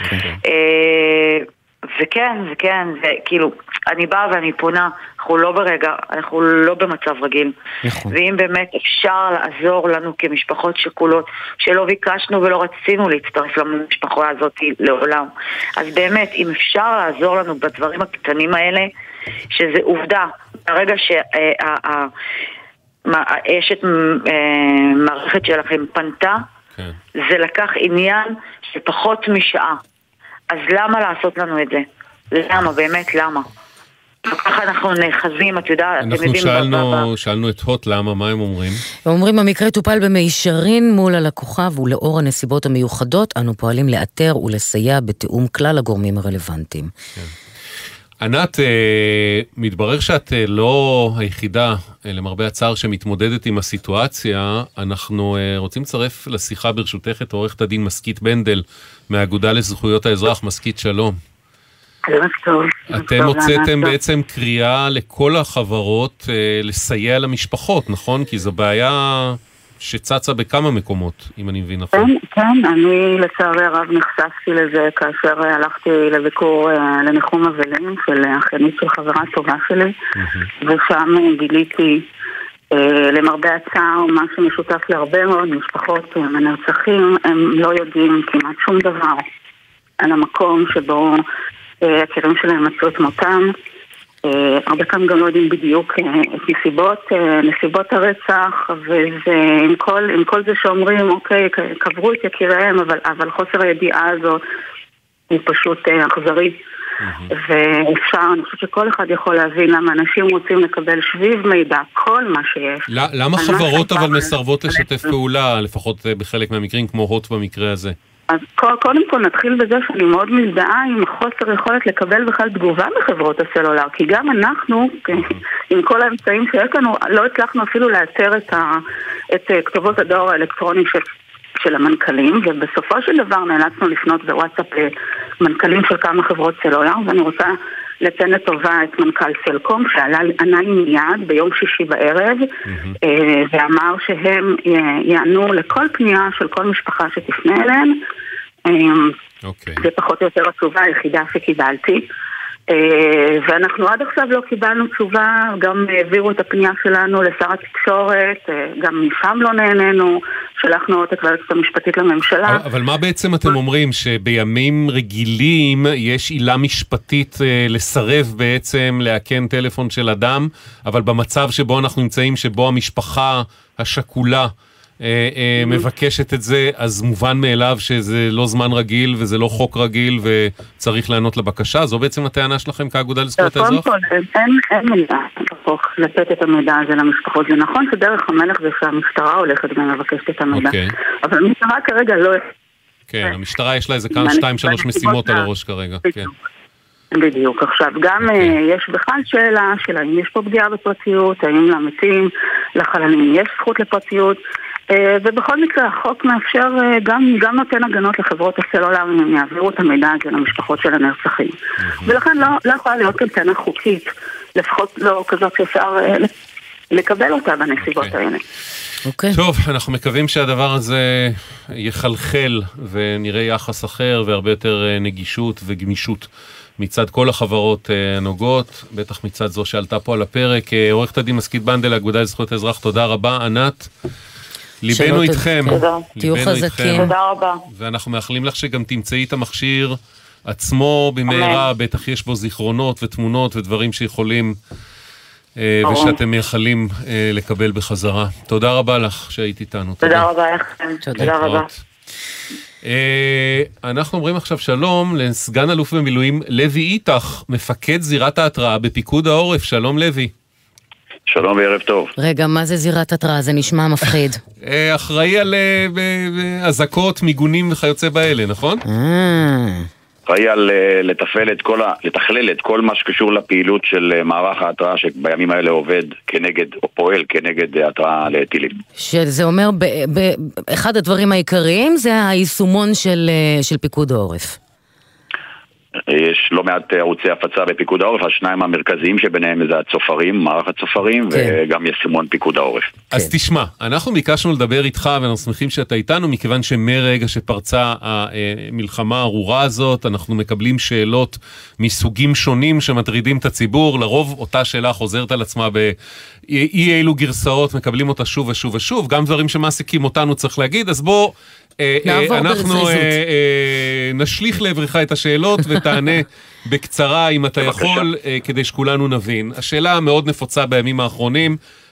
S23: וכן, וכאילו, אני באה ואני פונה, אנחנו לא במצב רגיל. ואם באמת אפשר לעזור לנו כמשפחות שכולות, שלא ביקשנו ולא רצינו להצטרף למשפחה הזאת לעולם, אז באמת, אם אפשר לעזור לנו בדברים הקטנים האלה, שזה עובדה, ברגע יש את מערכת שלכם פנתה,
S8: כן.
S23: זה לקח עניין של פחות משעה. אז למה לעשות לנו את זה? למה? באמת למה? ככה אנחנו נאחזים, את יודעת,
S8: אנחנו שאלנו את הוט למה, מה הם אומרים?
S9: הם אומרים, המקרה טופל במישרין מול הלקוחה, ולאור הנסיבות המיוחדות, אנו פועלים לאתר ולסייע בתיאום כלל הגורמים הרלוונטיים.
S8: ענת, מתברר שאת לא היחידה, למרבה הצער, שמתמודדת עם הסיטואציה. אנחנו רוצים לצרף לשיחה ברשותך את עורכת הדין משכית בנדל, מהאגודה לזכויות האזרח. משכית, שלום. אתם הוצאתם בעצם קריאה לכל החברות לסייע למשפחות, נכון? כי זו בעיה שצצה בכמה מקומות, אם אני מבין נכון.
S23: כן, אני לצערי הרב נחשפתי לזה כאשר הלכתי לביקור לניחום אבלים של אחיינית של חברה טובה שלי, ושם גיליתי למרבה הצער מה שמשותף להרבה מאוד משפחות הנרצחים, הם לא יודעים כמעט שום דבר על המקום שבו הכירים שלהם מצאו את מותם. הרבה פעמים גם לא יודעים בדיוק את נסיבות הרצח, ועם כל זה שאומרים, אוקיי, קברו את יקיריהם, אבל חוסר הידיעה הזאת הוא פשוט אכזרי. ואפשר, אני חושבת שכל אחד יכול להבין למה אנשים רוצים לקבל שביב מידע, כל מה שיש.
S8: למה חברות אבל מסרבות לשתף פעולה, לפחות בחלק מהמקרים, כמו הוט במקרה הזה?
S23: אז קודם כל נתחיל בזה שאני מאוד מזדהה עם החוסר יכולת לקבל בכלל תגובה מחברות הסלולר, כי גם אנחנו, עם כל האמצעים שיש לנו, לא הצלחנו אפילו לאתר את כתובות הדואר האלקטרוני של המנכ"לים, ובסופו של דבר נאלצנו לפנות בוואטסאפ למנכ"לים של כמה חברות סלולר, ואני רוצה לציין לטובה את מנכ"ל סלקום, שענה לי מיד ביום שישי בערב, ואמר שהם יענו לכל פנייה של כל משפחה שתפנה אליהם. זה פחות או יותר התשובה היחידה שקיבלתי. ואנחנו עד עכשיו לא קיבלנו תשובה, גם העבירו את הפנייה שלנו לשר התקשורת, גם משם לא נהנינו, שלחנו אותה כבר ליועצת המשפטית לממשלה.
S8: אבל מה בעצם אתם אומרים? שבימים רגילים יש עילה משפטית לסרב בעצם להקן טלפון של אדם, אבל במצב שבו אנחנו נמצאים, שבו המשפחה השכולה מבקשת את זה, אז מובן מאליו שזה לא זמן רגיל וזה לא חוק רגיל וצריך לענות לבקשה. זו בעצם הטענה שלכם כאגודה לזכויות האזרח?
S23: קודם כל, אין מידע בחוק לתת את המידע הזה למשפחות. זה נכון שדרך המלך זה שהמשטרה הולכת ומבקשת את המידע, אבל המשטרה כרגע לא...
S8: כן, המשטרה יש לה איזה כאן 2-3 משימות על הראש כרגע.
S23: בדיוק. עכשיו, גם יש בכלל שאלה של האם יש פה פגיעה בפרטיות, האם למתים, לחללים יש זכות לפרטיות, ובכל מקרה החוק מאפשר גם נותן הגנות לחברות הסלולר אם הם יעבירו את המידע הזה למשפחות של הנרצחים. ולכן לא יכולה להיות כאן טענה חוקית, לפחות לא כזאת שאפשר לקבל אותה בנסיבות האלה.
S8: טוב, אנחנו מקווים שהדבר הזה יחלחל ונראה יחס אחר והרבה יותר נגישות וגמישות מצד כל החברות הנוגעות, בטח מצד זו שעלתה פה על הפרק. עורכת הדין משכית בנדל, האגודה לזכויות האזרח, תודה רבה. ענת, ליבנו איתכם.
S9: תהיו חזקים.
S23: תודה רבה.
S8: ואנחנו מאחלים לך שגם תמצאי את המכשיר עצמו במהרה, בטח יש בו זיכרונות ותמונות ודברים שיכולים ושאתם מייחלים לקבל בחזרה. תודה רבה לך שהיית איתנו.
S23: תודה רבה לכם. תודה רבה.
S8: אנחנו אומרים עכשיו שלום לסגן אלוף במילואים לוי איתך, מפקד זירת ההתראה בפיקוד העורף. שלום לוי.
S3: שלום וערב טוב.
S9: רגע, מה זה זירת התראה? זה נשמע מפחיד.
S8: אחראי על אזעקות, מיגונים וכיוצא באלה, נכון?
S3: אחראי על לתכלל את כל מה שקשור לפעילות של מערך ההתראה שבימים האלה עובד כנגד, או פועל כנגד התראה לטילים.
S9: שזה אומר, אחד הדברים העיקריים זה היישומון של פיקוד העורף.
S3: יש לא מעט ערוצי הפצה בפיקוד העורף, השניים המרכזיים שביניהם זה הצופרים, מערך הצופרים, וגם יישומון פיקוד העורף.
S8: אז תשמע, אנחנו ביקשנו לדבר איתך, ואנחנו שמחים שאתה איתנו, מכיוון שמרגע שפרצה המלחמה הארורה הזאת, אנחנו מקבלים שאלות מסוגים שונים שמטרידים את הציבור, לרוב אותה שאלה חוזרת על עצמה באי אילו גרסאות, מקבלים אותה שוב ושוב ושוב, גם דברים שמעסיקים אותנו צריך להגיד, אז בוא... אנחנו נשליך לעברך את השאלות ותענה בקצרה אם אתה יכול, כדי שכולנו נבין. השאלה המאוד נפוצה בימים האחרונים,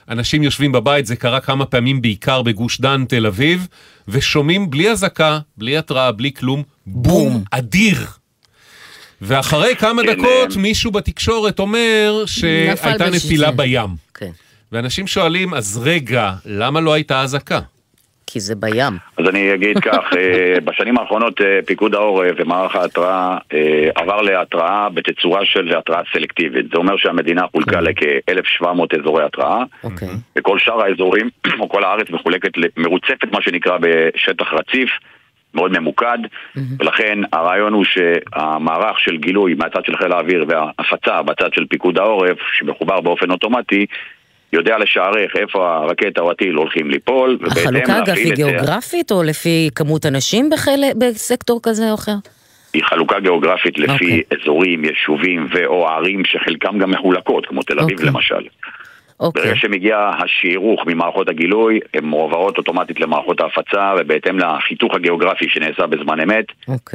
S8: אנשים יושבים בבית, זה קרה כמה פעמים בעיקר בגוש דן, תל אביב, ושומעים בלי הזקה, בלי התראה, בלי כלום, בום אדיר. ואחרי כמה דקות מישהו בתקשורת אומר שהייתה נפילה בים. ואנשים שואלים, אז רגע, למה לא הייתה הזקה?
S9: כי זה בים.
S3: אז אני אגיד כך, בשנים האחרונות פיקוד העורף ומערך ההתראה עבר להתראה בתצורה של התראה סלקטיבית. זה אומר שהמדינה חולקה לכ-1,700 אזורי התראה, וכל שאר האזורים, או כל הארץ מרוצפת מה שנקרא בשטח רציף, מאוד ממוקד, ולכן הרעיון הוא שהמערך של גילוי מהצד של חיל האוויר וההפצה בצד של פיקוד העורף, שמחובר באופן אוטומטי, יודע לשערך איפה הרקטה או הטיל הולכים ליפול.
S9: החלוקה אגב היא גיאוגרפית או לפי כמות אנשים בסקטור כזה או אחר?
S3: היא חלוקה גיאוגרפית לפי אזורים, יישובים ואו ערים שחלקם גם מחולקות, כמו תל אביב למשל. ברגע שמגיע השיערוך ממערכות הגילוי, הן מועברות אוטומטית למערכות ההפצה, ובהתאם לחיתוך הגיאוגרפי שנעשה בזמן אמת,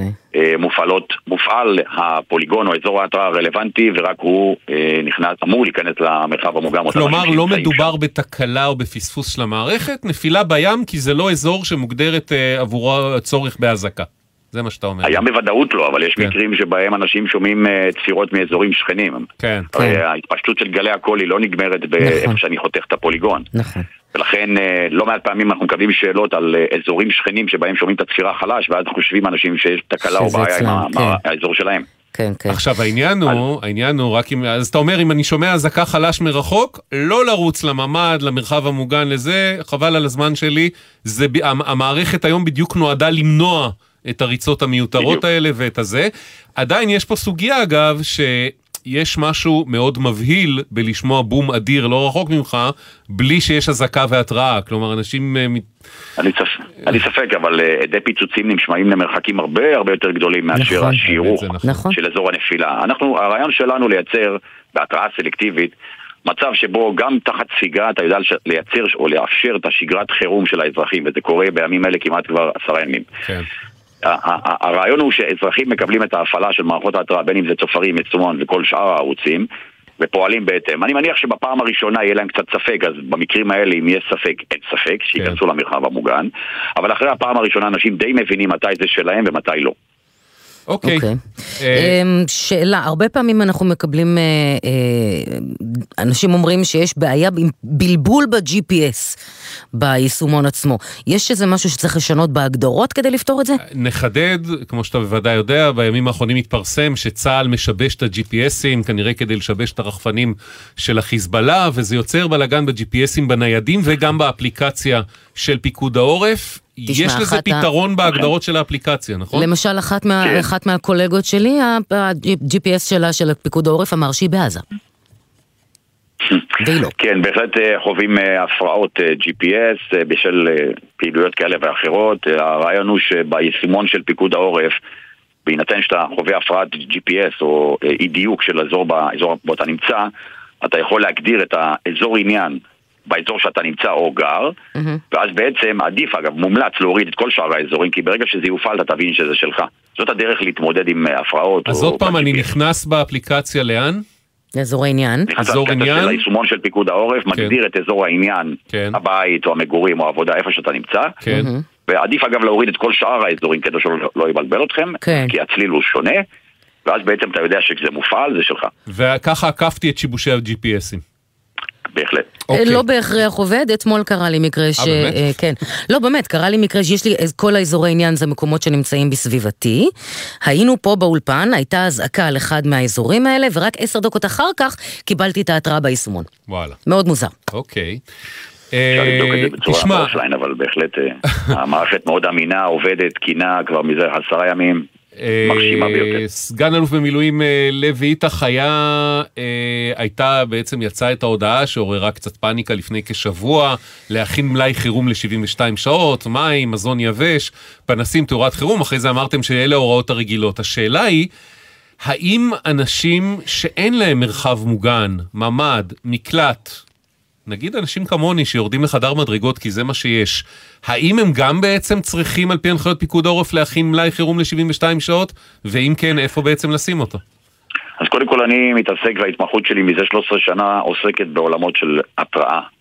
S3: מופעל הפוליגון או אזור ההתראה הרלוונטי, ורק הוא אמור להיכנס למרחב המוגן.
S8: כלומר, לא מדובר בתקלה או בפספוס של המערכת, נפילה בים, כי זה לא אזור שמוגדרת עבורו צורך בהזקה. זה מה שאתה אומר.
S3: היה בוודאות לא, אבל יש מקרים שבהם אנשים שומעים צפירות מאזורים שכנים.
S8: כן.
S3: ההתפשטות של גלי הקול היא לא נגמרת באיפה שאני חותך את הפוליגון.
S9: נכון.
S3: ולכן לא מעט פעמים אנחנו מקבלים שאלות על אזורים שכנים שבהם שומעים את הצפירה חלש, ואז חושבים אנשים שיש תקלה או בעיה עם האזור שלהם.
S9: כן, כן.
S8: עכשיו העניין הוא רק אם, אז אתה אומר אם אני שומע הזקה חלש מרחוק, לא לרוץ לממד, למרחב המוגן לזה, חבל על הזמן שלי, המערכת היום בדיוק נועדה למנוע את הריצות המיותרות האלה ואת הזה. עדיין יש פה סוגיה אגב שיש משהו מאוד מבהיל בלשמוע בום אדיר לא רחוק ממך, בלי שיש הזקה והתראה. כלומר אנשים...
S3: אני ספק, אבל עדי פיצוצים נשמעים למרחקים הרבה הרבה יותר גדולים מאשר השיערוך של אזור הנפילה. הרעיון שלנו לייצר בהתראה סלקטיבית מצב שבו גם תחת ספיגה אתה יודע לייצר או לאפשר את השגרת חירום של האזרחים, וזה קורה בימים האלה כמעט כבר 10 ימים.
S8: כן.
S3: הרעיון הוא שאזרחים מקבלים את ההפעלה של מערכות ההתראה, בין אם זה צופרים, יישומון וכל שאר הערוצים, ופועלים בהתאם. אני מניח שבפעם הראשונה יהיה להם קצת ספק, אז במקרים האלה אם יש ספק, אין ספק, שיכנסו למרחב המוגן, אבל אחרי הפעם הראשונה אנשים די מבינים מתי זה שלהם ומתי לא.
S8: אוקיי.
S9: שאלה, הרבה פעמים אנחנו מקבלים, אנשים אומרים שיש בעיה עם בלבול ב-GPS, ביישומון עצמו. יש איזה משהו שצריך לשנות בהגדרות כדי לפתור את זה?
S8: נחדד, כמו שאתה בוודאי יודע, בימים האחרונים התפרסם שצה"ל משבש את ה-GPSים, כנראה כדי לשבש את הרחפנים של החיזבאללה, וזה יוצר בלגן ב-GPSים בניידים וגם באפליקציה של פיקוד העורף. יש לזה פתרון בהגדרות של האפליקציה, נכון?
S9: למשל, אחת מהקולגות שלי, ה-GPS שלה של פיקוד העורף אמר שהיא בעזה.
S3: כן, בהחלט חווים הפרעות GPS בשל פעילויות כאלה ואחרות. הרעיון הוא שביישומון של פיקוד העורף, בהינתן שאתה חווה הפרעת GPS או אי דיוק של האזור בו אתה נמצא, אתה יכול להגדיר את האזור עניין באזור שאתה נמצא או גר, ואז בעצם עדיף, אגב, מומלץ להוריד את כל שאר האזורים, כי ברגע שזה יופעל אתה תבין שזה שלך. זאת הדרך להתמודד עם הפרעות.
S8: אז עוד פעם, אני נכנס באפליקציה לאן?
S9: לאזור העניין.
S3: אזור עניין? היישומון של פיקוד העורף מגדיר את אזור העניין, הבית או המגורים או העבודה, איפה שאתה נמצא. ועדיף, אגב, להוריד את כל שאר האזורים כדי שלא יבלבל אתכם, כי הצליל הוא שונה, ואז בעצם אתה יודע שכשזה מופעל זה שלך.
S8: וככה עקפתי את שיבושי ה-GPSים.
S3: בהחלט.
S9: לא בהכרח עובד, אתמול קרה לי מקרה ש... כן. לא, באמת, קרה לי מקרה שיש לי כל האזורי עניין זה מקומות שנמצאים בסביבתי. היינו פה באולפן, הייתה הזעקה על אחד מהאזורים האלה, ורק 10 דקות אחר כך קיבלתי את ההתראה ביישומון.
S8: וואלה.
S9: מאוד מוזר.
S8: אוקיי.
S3: אפשר לבדוק את זה בצורה אופליין, אבל בהחלט המערכת מאוד אמינה, עובדת, תקינה, כבר מזה 10 ימים. מרשימה ביותר.
S8: סגן אלוף במילואים לוי איתך הייתה בעצם יצאה את ההודעה שעוררה קצת פאניקה לפני כשבוע, להכין מלאי חירום ל-72 שעות, מים, מזון יבש, פנסים, תאורת חירום, אחרי זה אמרתם שאלה ההוראות הרגילות. השאלה היא, האם אנשים שאין להם מרחב מוגן, ממד, מקלט, נגיד אנשים כמוני שיורדים לחדר מדרגות כי זה מה שיש, האם הם גם בעצם צריכים על פי הנחיות פיקוד העורף להכין מלאי חירום ל-72 שעות, ואם כן, איפה בעצם לשים אותו?
S3: אז קודם כל אני מתעסק וההתמחות שלי מזה 13 שנה עוסקת בעולמות של התראה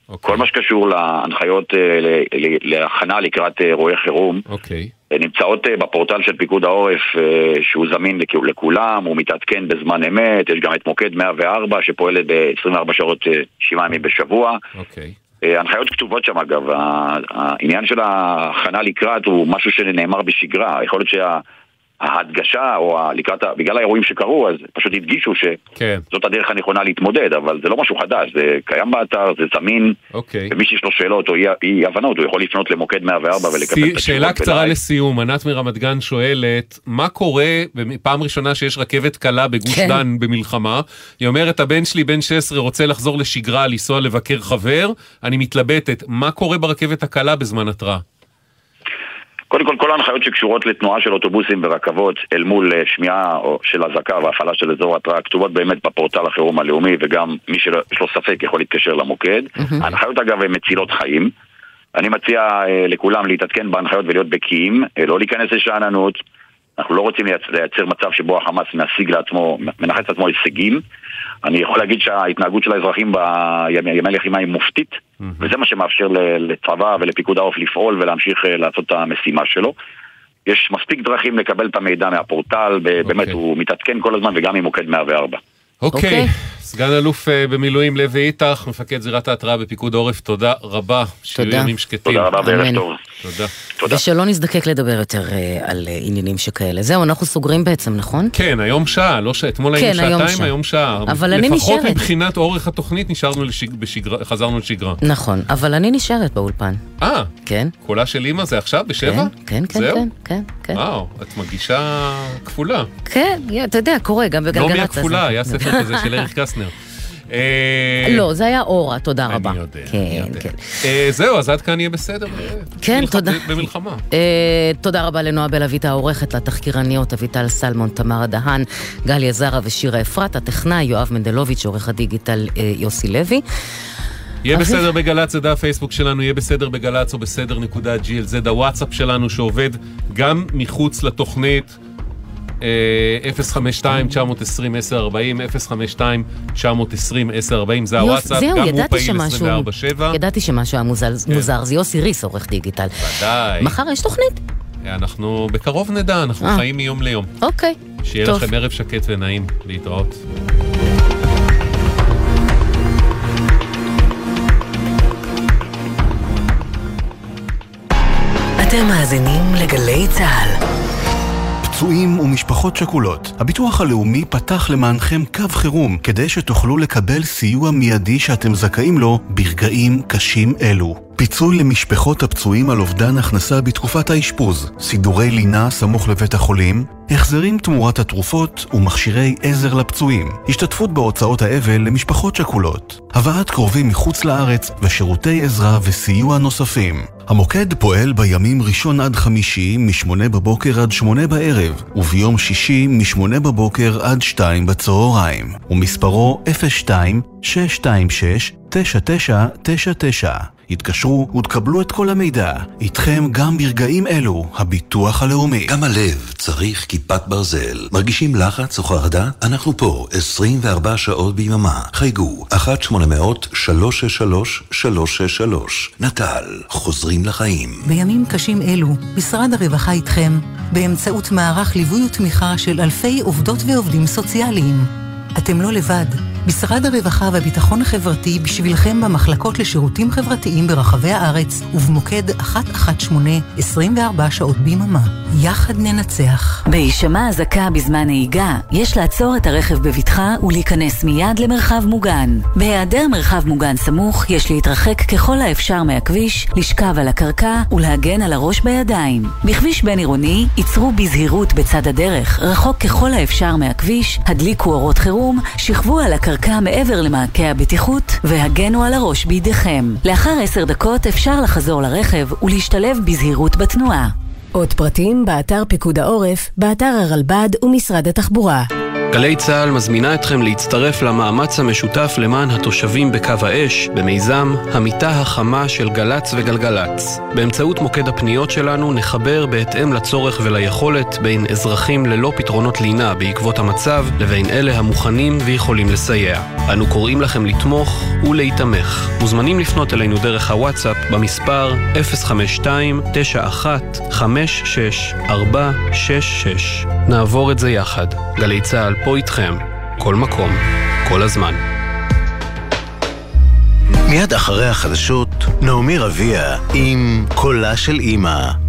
S3: כל מה שקשור להנחיות להכנה לקראת אירועי חירום, נמצאות בפורטל של פיקוד העורף שהוא זמין לכולם, הוא מתעדכן בזמן אמת, יש גם את מוקד 104 שפועלת ב-24 שעות 7 ימים בשבוע. הנחיות כתובות שם אגב, העניין של ההכנה לקראת הוא משהו שנאמר בשגרה, יכול להיות ההדגשה או בגלל האירועים שקרו אז פשוט הדגישו שזאת הדרך הנכונה להתמודד, אבל זה לא משהו חדש, זה קיים באתר, זה זמין, ומי שיש לו שאלות או אי הבנות הוא יכול לפנות למוקד 104 ולקבל את התשובות.
S8: שאלה קצרה לסיום, ענת מרמת גן שואלת, מה קורה בפעם ראשונה שיש רכבת קלה בגוש דן במלחמה, היא אומרת הבן שלי בן 16 רוצה לחזור לשגרה, לנסוע לבקר חבר, אני מתלבטת, מה קורה ברכבת הקלה בזמן התראה?
S3: קודם כל, כל ההנחיות שקשורות לתנועה של אוטובוסים ורכבות אל מול שמיעה של הזקה והפעלה של אזור התראה כתובות באמת בפורטל החירום הלאומי, וגם מי שיש לו ספק יכול להתקשר למוקד. ההנחיות אגב הן מצילות חיים. אני מציע לכולם להתעדכן בהנחיות ולהיות בקיאים, לא להיכנס לשאננות. אנחנו לא רוצים לייצר מצב שבו החמאס מנחץ לעצמו הישגים. אני יכול להגיד שההתנהגות של האזרחים בימי לחימה היא מופתית, וזה מה שמאפשר לצבא ולפיקוד העורף לפעול ולהמשיך לעשות את המשימה שלו. יש מספיק דרכים לקבל את המידע מהפורטל, באמת הוא מתעדכן כל הזמן וגם עם מוקד 104.
S8: אוקיי, סגן אלוף במילואים לוי איתך, מפקד זירת ההתראה בפיקוד העורף, תודה רבה, שיהיו ימים שקטים.
S3: תודה רבה, בערב טוב.
S8: תודה.
S9: ושלא נזדקק לדבר יותר על עניינים שכאלה. זהו, אנחנו סוגרים בעצם, נכון?
S8: כן, היום שעה, לא אתמול היינו שעתיים, היום שעה.
S9: אבל אני נשארת.
S8: לפחות מבחינת אורך התוכנית חזרנו לשגרה.
S9: נכון, אבל אני נשארת באולפן.
S8: כן? קולה של אמא זה עכשיו בשבע?
S9: כן.
S8: וואו, את מגישה כפולה.
S9: כן, אתה יודע, קורה גם בגלגלצ.
S8: נעמי הכפולה, היה ספר כזה של אריך קסנר.
S9: לא, זה היה אורה, תודה רבה.
S8: אני יודע. זהו, אז עד כאן יהיה בסדר.
S9: כן, תודה.
S8: במלחמה.
S9: תודה רבה לנועה בלויטה העורכת, לתחקירניות אביטל סלמון, תמר דהן, גליה זרה ושירה אפרת, הטכנאי יואב מנדלוביץ', עורך הדיגיטל יוסי לוי.
S8: יהיה בסדר בגלץ, זה דף פייסבוק שלנו, יהיה בסדר בגלץ או בסדר.gl, הוואטסאפ שלנו שעובד גם מחוץ לתוכנית. 052-920-1040, 052-920-1040, זה הוואטסאפ, גם הוא פעיל 24/7.
S9: ידעתי שמשהו היה מוזר, זה יוסי ריס, עורך דיגיטל.
S8: ודאי.
S9: מחר יש תוכנית?
S8: אנחנו בקרוב נדע, אנחנו חיים מיום ליום.
S9: אוקיי,
S8: שיהיה לכם ערב שקט ונעים, להתראות.
S15: אתם מאזינים לגלי צהל.
S1: פצועים ומשפחות שכולות. הביטוח הלאומי פתח למענכם קו חירום כדי שתוכלו לקבל סיוע מיידי שאתם זכאים לו ברגעים קשים אלו. פיצוי למשפחות הפצועים על אובדן הכנסה בתקופת האשפוז, סידורי לינה סמוך לבית החולים, החזרים תמורת התרופות ומכשירי עזר לפצועים, השתתפות בהוצאות האבל למשפחות שכולות, הבאת קרובים מחוץ לארץ ושירותי עזרה וסיוע נוספים. המוקד פועל בימים ראשון עד חמישי מ-8 בבוקר עד 8 בערב, וביום שישי מ-8 בבוקר עד 2 בצהריים, ומספרו 02-626-9999. התקשרו ותקבלו את כל המידע. איתכם גם ברגעים אלו, הביטוח הלאומי.
S4: גם הלב צריך כיפת ברזל. מרגישים לחץ או חרדה? אנחנו פה 24 שעות ביממה. חייגו 1-800-363-363. נטל, חוזרים לחיים.
S5: בימים קשים אלו, משרד הרווחה איתכם, באמצעות מערך ליווי ותמיכה של אלפי עובדות ועובדים סוציאליים. אתם לא לבד. משרד הרווחה והביטחון החברתי בשבילכם במחלקות לשירותים חברתיים ברחבי הארץ ובמוקד 118 24 שעות ביממה. יחד ננצח.
S24: בהישמע אזעקה בזמן נהיגה, יש לעצור את הרכב בבטחה ולהיכנס מיד למרחב מוגן. בהיעדר מרחב מוגן סמוך, יש להתרחק ככל האפשר מהכביש, לשכב על הקרקע ולהגן על הראש בידיים. בכביש בין עירוני, ייצרו בזהירות בצד הדרך, רחוק ככל האפשר מהכביש, הדליקו אורות חירום, שכבו על הקרקע מעבר למעקי הבטיחות והגנו על הראש בידיכם. לאחר 10 דקות אפשר לחזור לרכב ולהשתלב בזהירות בתנועה.
S25: עוד פרטים באתר פיקוד העורף, באתר הרלב"ד ומשרד התחבורה.
S2: גלי צהל מזמינה אתכם להצטרף למאמץ המשותף למען התושבים בקו האש במיזם המיטה החמה של גלץ וגלגלץ. באמצעות מוקד הפניות שלנו נחבר בהתאם לצורך וליכולת בין אזרחים ללא פתרונות לינה בעקבות המצב לבין אלה המוכנים ויכולים לסייע. אנו קוראים לכם לתמוך ולהתמך. מוזמנים לפנות אלינו דרך הוואטסאפ במספר 052-91-56-466. נעבור את זה יחד. גלי צהל פה איתכם, כל מקום, כל הזמן.
S6: מיד אחרי החדשות, נעמי רביע עם קולה של אמא.